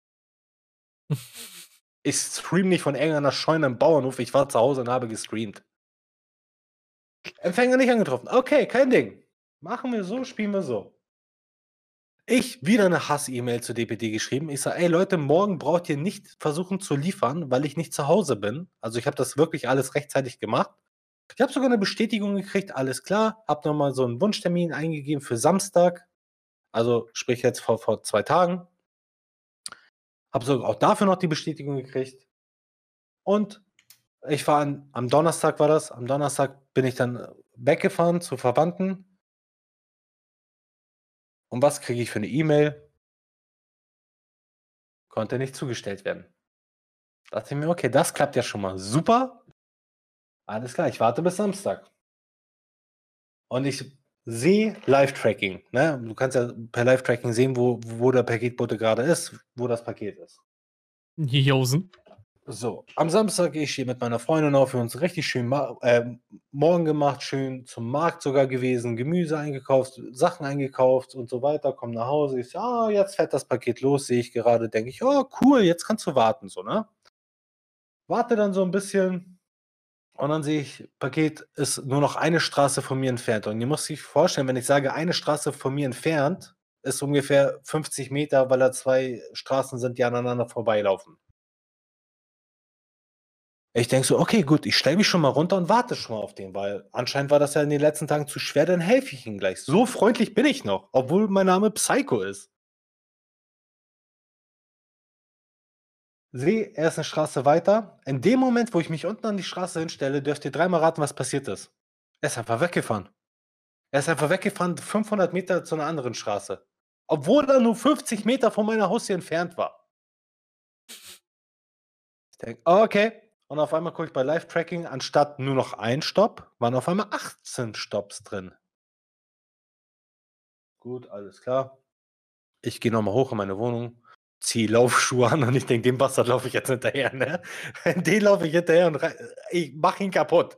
Ich stream nicht von irgendeiner Scheune im Bauernhof, ich war zu Hause und habe gestreamt. Empfänger nicht angetroffen. Okay, kein Ding. Machen wir so, spielen wir so. Ich wieder eine Hass-E-Mail zur DPD geschrieben. Ich sage, ey Leute, morgen braucht ihr nicht versuchen zu liefern, weil ich nicht zu Hause bin. Also ich habe das wirklich alles rechtzeitig gemacht. Ich habe sogar eine Bestätigung gekriegt, alles klar. Habe nochmal so einen Wunschtermin eingegeben für Samstag. Also sprich jetzt vor 2 Tagen. Habe sogar auch dafür noch die Bestätigung gekriegt. Und ich war am Donnerstag war das. Am Donnerstag bin ich dann weggefahren zu Verwandten. Und was kriege ich für eine E-Mail? Konnte nicht zugestellt werden. Dachte ich mir, okay, das klappt ja schon mal super. Alles klar, ich warte bis Samstag. Und ich sehe Live-Tracking. Ne? Du kannst ja per Live-Tracking sehen, wo der Paketbote gerade ist, wo das Paket ist. Josen. So, am Samstag gehe ich hier mit meiner Freundin auf, wir uns richtig schön morgen gemacht, schön zum Markt sogar gewesen, Gemüse eingekauft, Sachen eingekauft und so weiter, komme nach Hause, ich so, jetzt fährt das Paket los, sehe ich gerade, denke ich, oh cool, jetzt kannst du warten, so, ne? Warte dann so ein bisschen und dann sehe ich, Paket ist nur noch eine Straße von mir entfernt. Und ihr müsst sich vorstellen, wenn ich sage, eine Straße von mir entfernt, ist ungefähr 50 Meter, weil da 2 Straßen sind, die aneinander vorbeilaufen. Ich denke so, okay, gut, ich stelle mich schon mal runter und warte schon mal auf den, weil anscheinend war das ja in den letzten Tagen zu schwer, dann helfe ich ihm gleich. So freundlich bin ich noch, obwohl mein Name Psycho ist. Sehe, er ist eine Straße weiter. In dem Moment, wo ich mich unten an die Straße hinstelle, dürft ihr 3-mal raten, was passiert ist. Er ist einfach weggefahren. Er ist einfach weggefahren, 500 Meter zu einer anderen Straße. Obwohl er nur 50 Meter von meiner Haustür entfernt war. Ich denke, okay. Und auf einmal gucke ich bei Live-Tracking, anstatt nur noch ein Stopp, waren auf einmal 18 Stopps drin. Gut, alles klar. Ich gehe nochmal hoch in meine Wohnung, ziehe Laufschuhe an und ich denke, dem Bastard laufe ich jetzt hinterher, ne? Den laufe ich hinterher und ich mache ihn kaputt.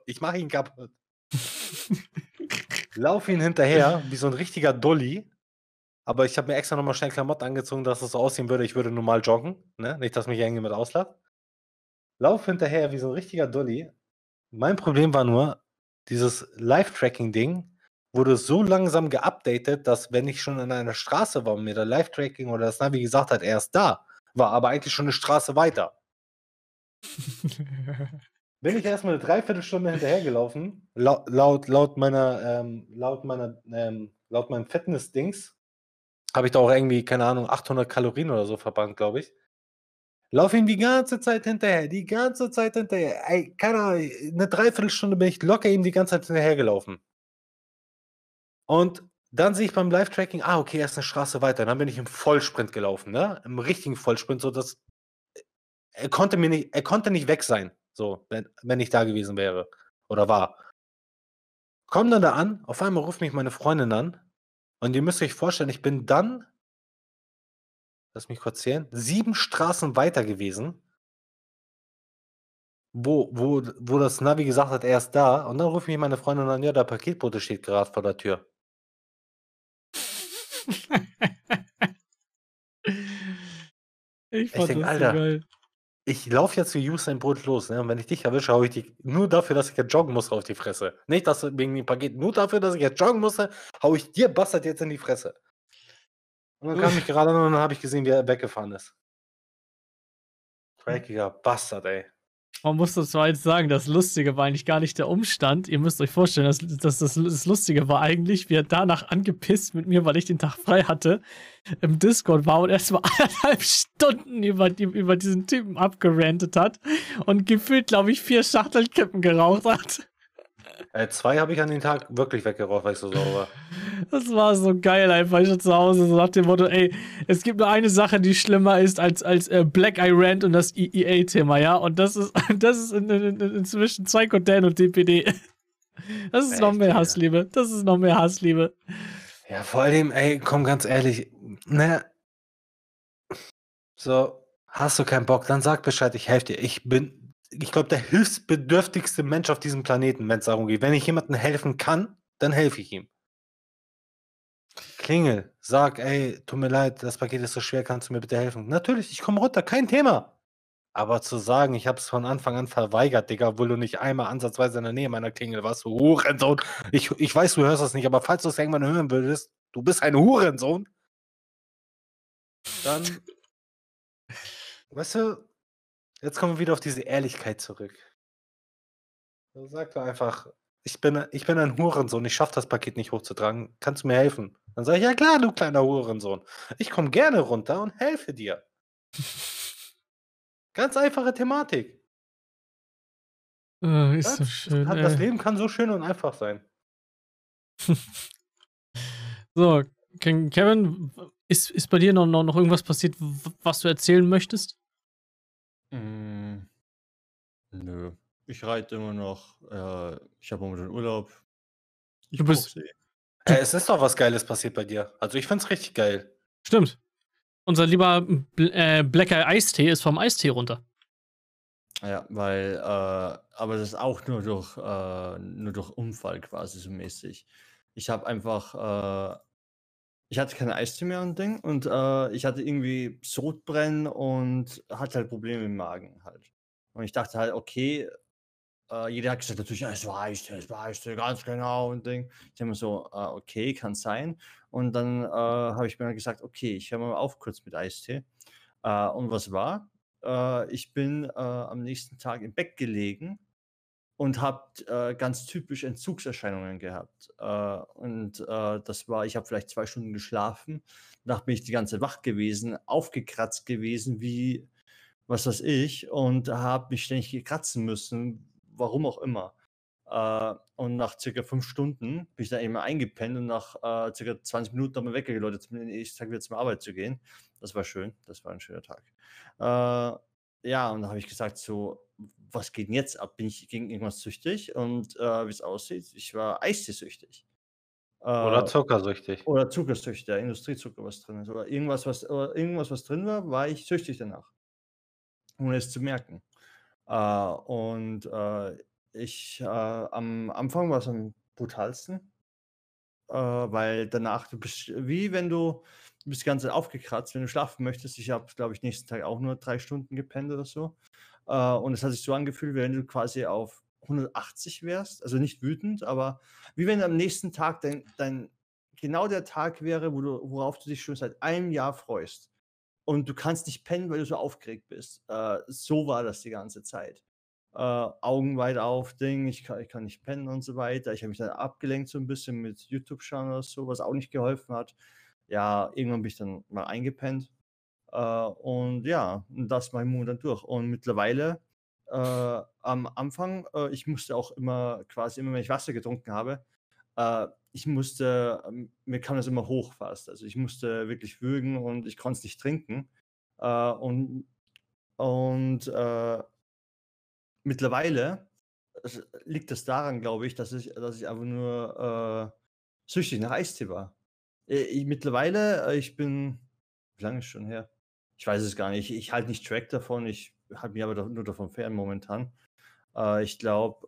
Laufe ihn hinterher, wie so ein richtiger Dulli. Aber ich habe mir extra nochmal schnell Klamotten angezogen, dass es so aussehen würde, ich würde normal joggen, ne? Nicht, dass mich irgendjemand auslacht. Laufe hinterher wie so ein richtiger Dulli. Mein Problem war nur, dieses Live-Tracking-Ding wurde so langsam geupdatet, dass wenn ich schon an einer Straße war und mir der Live-Tracking oder das Navi gesagt hat, er ist da, war aber eigentlich schon eine Straße weiter. Bin ich erstmal eine Dreiviertelstunde hinterhergelaufen, laut meinem Fitness-Dings, habe ich da auch irgendwie, keine Ahnung, 800 Kalorien oder so verbrannt, glaube ich. Lauf ihm die ganze Zeit hinterher. Ey, keine Ahnung, eine Dreiviertelstunde bin ich locker ihm die ganze Zeit hinterhergelaufen. Und dann sehe ich beim Live-Tracking, okay, er ist eine Straße weiter. Dann bin ich im Vollsprint gelaufen, ne? Im richtigen Vollsprint, sodass er konnte nicht weg sein, so, wenn ich da gewesen wäre oder war. Komm dann da an, auf einmal ruft mich meine Freundin an und ihr müsst euch vorstellen, ich bin dann, lass mich kurz zählen, 7 Straßen weiter gewesen, wo das Navi gesagt hat, er ist da. Und dann ruft mich meine Freundin an, ja, der Paketbote steht gerade vor der Tür. Ich Ich fand denke, das so Alter, geil. ich laufe jetzt wie Usain Bolt los, ne? Und wenn ich dich erwische, haue ich dich nur dafür, dass ich jetzt joggen muss, auf die Fresse. Nicht dass wegen dem Paket, nur dafür, dass ich jetzt joggen musste, haue ich dir Bastard jetzt in die Fresse. Und dann kam ich gerade an und dann habe ich gesehen, wie er weggefahren ist. Dreckiger Bastard, ey. Man muss das zwar jetzt sagen, das Lustige war eigentlich gar nicht der Umstand. Ihr müsst euch vorstellen, das Lustige war eigentlich, wie er danach angepisst mit mir, weil ich den Tag frei hatte, im Discord war und erst mal 1,5 Stunden über diesen Typen abgerantet hat und gefühlt, glaube ich, 4 Schachteln Kippen geraucht hat. 2 habe ich an den Tag wirklich weggeraucht, weil ich so sauer war. Das war so geil, einfach schon zu Hause, so nach dem Motto, ey, es gibt nur eine Sache, die schlimmer ist als Black Eye Rant und das EA-Thema, ja? Und das ist inzwischen Psychodan und DPD. Das ist noch mehr Hassliebe. Ja, vor allem, ey, komm ganz ehrlich, ne? So, hast du keinen Bock, dann sag Bescheid, ich helfe dir. Ich glaube, der hilfsbedürftigste Mensch auf diesem Planeten, wenn es darum geht. Wenn ich jemandem helfen kann, dann helfe ich ihm. Klingel, sag, ey, tut mir leid, das Paket ist so schwer, kannst du mir bitte helfen? Natürlich, ich komme runter, kein Thema. Aber zu sagen, ich habe es von Anfang an verweigert, Digga, obwohl du nicht einmal ansatzweise in der Nähe meiner Klingel warst, du Hurensohn. Ich weiß, du hörst das nicht, aber falls du es irgendwann hören würdest, du bist ein Hurensohn. Dann, weißt du, jetzt kommen wir wieder auf diese Ehrlichkeit zurück. Dann sag doch einfach, ich bin ein Hurensohn, ich schaffe das Paket nicht hochzutragen, kannst du mir helfen? Dann sage ich, ja klar, du kleiner Hurensohn. Ich komme gerne runter und helfe dir. Ganz einfache Thematik. Ist so schön, Das Leben kann so schön und einfach sein. So, Kevin, ist bei dir noch irgendwas passiert, was du erzählen möchtest? Nö. Ich reite immer noch. Ich habe momentan Urlaub. Du bist- Es ist doch was Geiles passiert bei dir. Also ich find's richtig geil. Stimmt. Unser lieber Black Eye Eistee ist vom Eistee runter. Ja, weil, aber das ist auch nur durch Unfall quasi so mäßig. Ich habe einfach, ich hatte keine Eistee mehr und Ding und ich hatte irgendwie Sodbrennen und hatte halt Probleme im Magen halt. Und ich dachte halt, okay, jeder hat gesagt natürlich, ja, es war Eistee, ganz genau und Ding. Ich habe mir so, okay, kann sein. Und dann habe ich mir gesagt, okay, ich höre mal auf kurz mit Eistee. Und was war? Ich bin am nächsten Tag im Bett gelegen und habe ganz typisch Entzugserscheinungen gehabt. Das war, ich habe vielleicht 2 Stunden geschlafen. Danach bin ich die ganze Zeit wach gewesen, aufgekratzt gewesen, wie was weiß ich, und habe mich ständig kratzen müssen, warum auch immer. Und nach circa 5 Stunden bin ich dann eben eingepennt und nach circa 20 Minuten haben wir weggeläutet, zum nächsten Tag wieder zur Arbeit zu gehen. Das war schön, das war ein schöner Tag. Ja, und da habe ich gesagt, so, was geht denn jetzt ab? Bin ich gegen irgendwas süchtig? Und wie es aussieht, ich war Eistee-süchtig. Oder Äh, zuckersüchtig. oder zuckersüchtig, ja, Industriezucker, was drin ist. Oder irgendwas, was drin war ich süchtig danach, ohne es zu merken. Und am Anfang war es am brutalsten, weil danach, du bist wie wenn du bist ganz aufgekratzt, wenn du schlafen möchtest. Ich habe, glaube ich, nächsten Tag auch nur 3 Stunden gepennt oder so. Und es hat sich so angefühlt, wie wenn du quasi auf 180 wärst. Also nicht wütend, aber wie wenn am nächsten Tag genau der Tag wäre, worauf du dich schon seit einem Jahr freust. Und du kannst nicht pennen, weil du so aufgeregt bist. So war das die ganze Zeit. Augen weit auf, Ding, ich kann nicht pennen und so weiter. Ich habe mich dann abgelenkt so ein bisschen mit YouTube schauen oder so, was auch nicht geholfen hat. Ja, irgendwann bin ich dann mal eingepennt. Und ja, und das mache ich momentan durch. Und mittlerweile, am Anfang, ich musste auch immer wenn ich Wasser getrunken habe, mir kam das immer hoch fast. Also ich musste wirklich würgen und ich konnte es nicht trinken. Äh, und und mittlerweile liegt das daran, glaube ich, dass ich einfach nur süchtig nach Eistee war. Mittlerweile, wie lange ist schon her? Ich weiß es gar nicht. Ich halte nicht Track davon. Ich halte mich aber nur davon fern momentan. Ich glaube,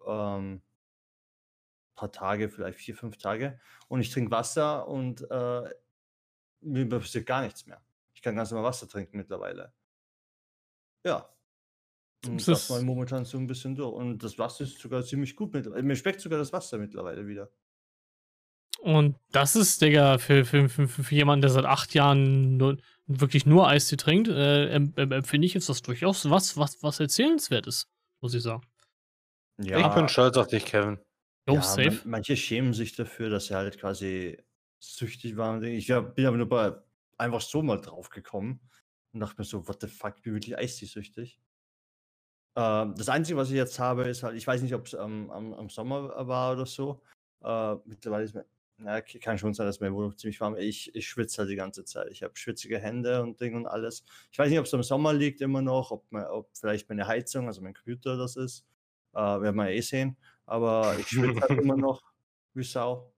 paar Tage, vielleicht 4, 5 Tage. Und ich trinke Wasser und mir passiert gar nichts mehr. Ich kann ganz normal Wasser trinken mittlerweile. Ja. Und das mache ich momentan so ein bisschen durch. Und das Wasser ist sogar ziemlich gut mir schmeckt sogar das Wasser mittlerweile wieder. Und das ist, Digga, für jemanden, der seit 8 Jahren wirklich nur Eistee trinkt, empfinde ich jetzt das durchaus was Erzählenswertes, muss ich sagen. Ich Ja, bin stolz auf dich, Kevin. Jo, ja, safe. manche schämen sich dafür, dass sie halt quasi süchtig waren. Bin aber nur einfach so mal drauf gekommen und dachte mir so, what the fuck, ich bin wirklich Eistee-süchtig. Das Einzige, was ich jetzt habe, ist halt, ich weiß nicht, ob es am Sommer war oder so. Mittlerweile ist kann schon sein, dass meine Wohnung ziemlich warm ist. Ich schwitze halt die ganze Zeit. Ich habe schwitzige Hände und Ding und alles. Ich weiß nicht, ob es am Sommer liegt immer noch, ob vielleicht meine Heizung, also mein Computer das ist. Werden wir sehen. Aber ich schwitze halt immer noch wie Sau.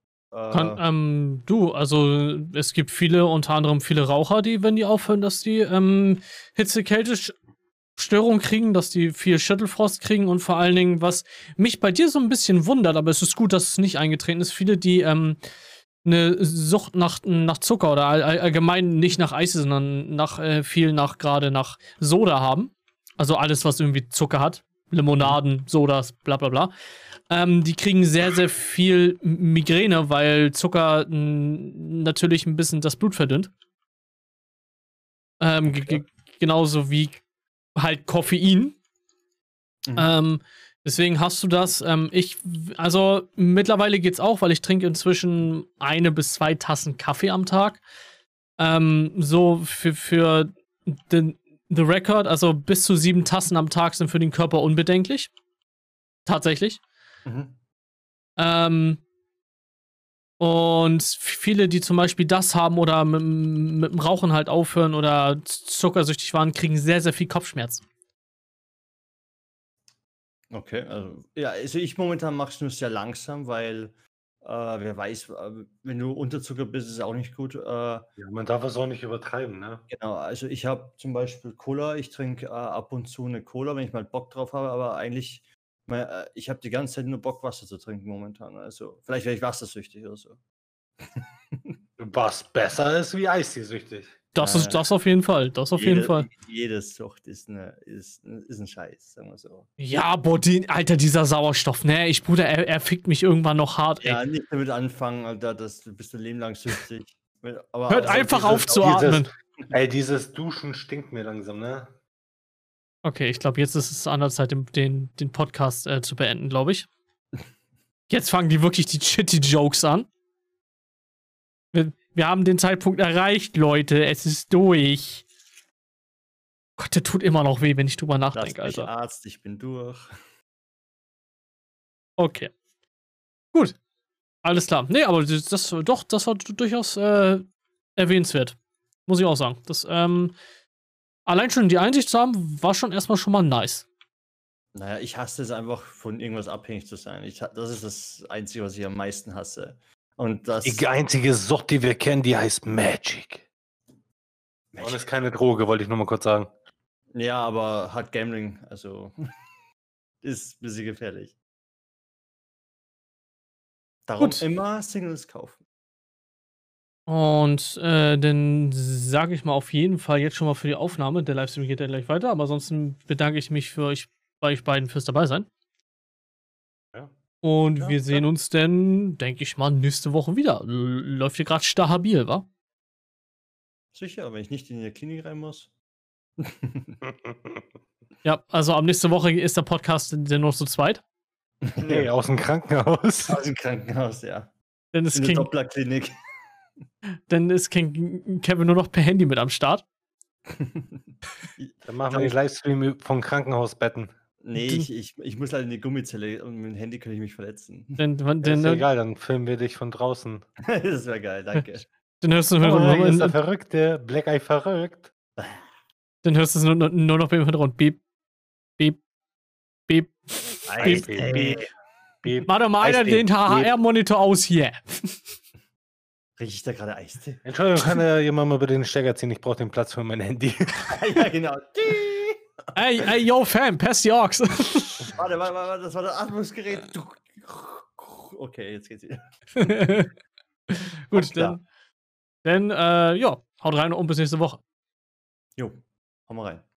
Also es gibt unter anderem viele Raucher, die, wenn die aufhören, dass die Hitze-Kälte-Störung kriegen, dass die viel Schüttelfrost kriegen und vor allen Dingen, was mich bei dir so ein bisschen wundert, aber es ist gut, dass es nicht eingetreten ist, viele, die eine Sucht nach Zucker oder allgemein nicht nach Eis, sondern gerade nach Soda haben. Also alles, was irgendwie Zucker hat. Limonaden, Sodas, bla bla bla. Die kriegen sehr, sehr viel Migräne, weil Zucker natürlich ein bisschen das Blut verdünnt. Okay. Genauso wie halt Koffein. Mhm. Deswegen hast du das. Also mittlerweile geht's auch, weil ich trinke inzwischen 1 bis 2 Tassen Kaffee am Tag. So für the Record, also bis zu 7 Tassen am Tag sind für den Körper unbedenklich. Tatsächlich. Mhm. Und viele, die zum Beispiel das haben oder mit dem Rauchen halt aufhören oder zuckersüchtig waren, kriegen sehr, sehr viel Kopfschmerzen. Okay, also ich momentan mache es nur sehr langsam, weil wer weiß, wenn du Unterzucker bist, ist es auch nicht gut. Ja, man darf es auch nicht übertreiben, ne? Genau, also ich habe zum Beispiel Cola, ich trinke ab und zu eine Cola, wenn ich mal Bock drauf habe, aber eigentlich, ich habe die ganze Zeit nur Bock, Wasser zu trinken momentan. Also vielleicht wäre ich wassersüchtig oder so. Was besser ist wie Eistee-süchtig. Das ist das auf jeden Fall. Das auf jeden Fall. Jede Sucht ist ein Scheiß, sagen wir so. Ja, boah, Alter, dieser Sauerstoff, ne? Bruder, er fickt mich irgendwann noch hart, ey. Ja, nicht damit anfangen, Alter, du bist ein Leben lang süchtig. Hört einfach auf zu atmen. Dieses Duschen stinkt mir langsam, ne? Okay, ich glaube, jetzt ist es an der Zeit, den Podcast zu beenden, glaube ich. Jetzt fangen die wirklich die Shitty-Jokes an. Wir haben den Zeitpunkt erreicht, Leute. Es ist durch. Gott, der tut immer noch weh, wenn ich drüber nachdenke, Lass mich Alter. Arzt, ich bin durch. Okay. Gut, alles klar. Nee, aber das war durchaus erwähnenswert. Muss ich auch sagen. Allein schon die Einsicht zu haben, war schon mal nice. Naja, ich hasse es einfach, von irgendwas abhängig zu sein. Das ist das Einzige, was ich am meisten hasse. Und das. Die einzige Sucht, die wir kennen, die heißt Magic. Und ist keine Droge, wollte ich nur mal kurz sagen. Ja, aber hat Gambling, also ist ein bisschen gefährlich. Darum Gut. immer Singles kaufen. Und dann sage ich mal auf jeden Fall jetzt schon mal für die Aufnahme. Der Livestream geht ja gleich weiter, aber ansonsten bedanke ich mich bei euch beiden fürs dabei sein. Ja. Und Ja, wir sehen uns dann, denke ich mal, nächste Woche wieder. Läuft hier gerade stabil, wa? Sicher, wenn ich nicht in die Klinik rein muss. Ja, also ab nächste Woche ist der Podcast dann noch zu zweit. Nee, aus dem Krankenhaus. Aus dem Krankenhaus, ja. Dann ist, In der Dopplerklinik. dann ist Kevin nur noch per Handy mit am Start. Dann machen wir den Livestream von Krankenhausbetten. Nee, ich muss leider in die Gummizelle und mit dem Handy könnte ich mich verletzen. Dann Ist ja egal, dann filmen wir dich von draußen. Das wäre geil, danke. Dann hörst du Oh, hier ist der Verrückte, Black Eye verrückt. Dann hörst du es nur noch beim Hintergrund. Beep, beep, beep, beep. Beep. Mach doch mal einer den HR-Monitor aus hier. Rieche ich da gerade Eistee? Entschuldigung, kann ja jemand mal bitte den Stecker ziehen? Ich brauche den Platz für mein Handy. Ja, genau. Ey, yo, Fam, pass die Aux. Warte, das war das Atmungsgerät. Okay, jetzt geht's wieder. Gut, dann ja, haut rein und bis nächste Woche. Jo, hau mal rein.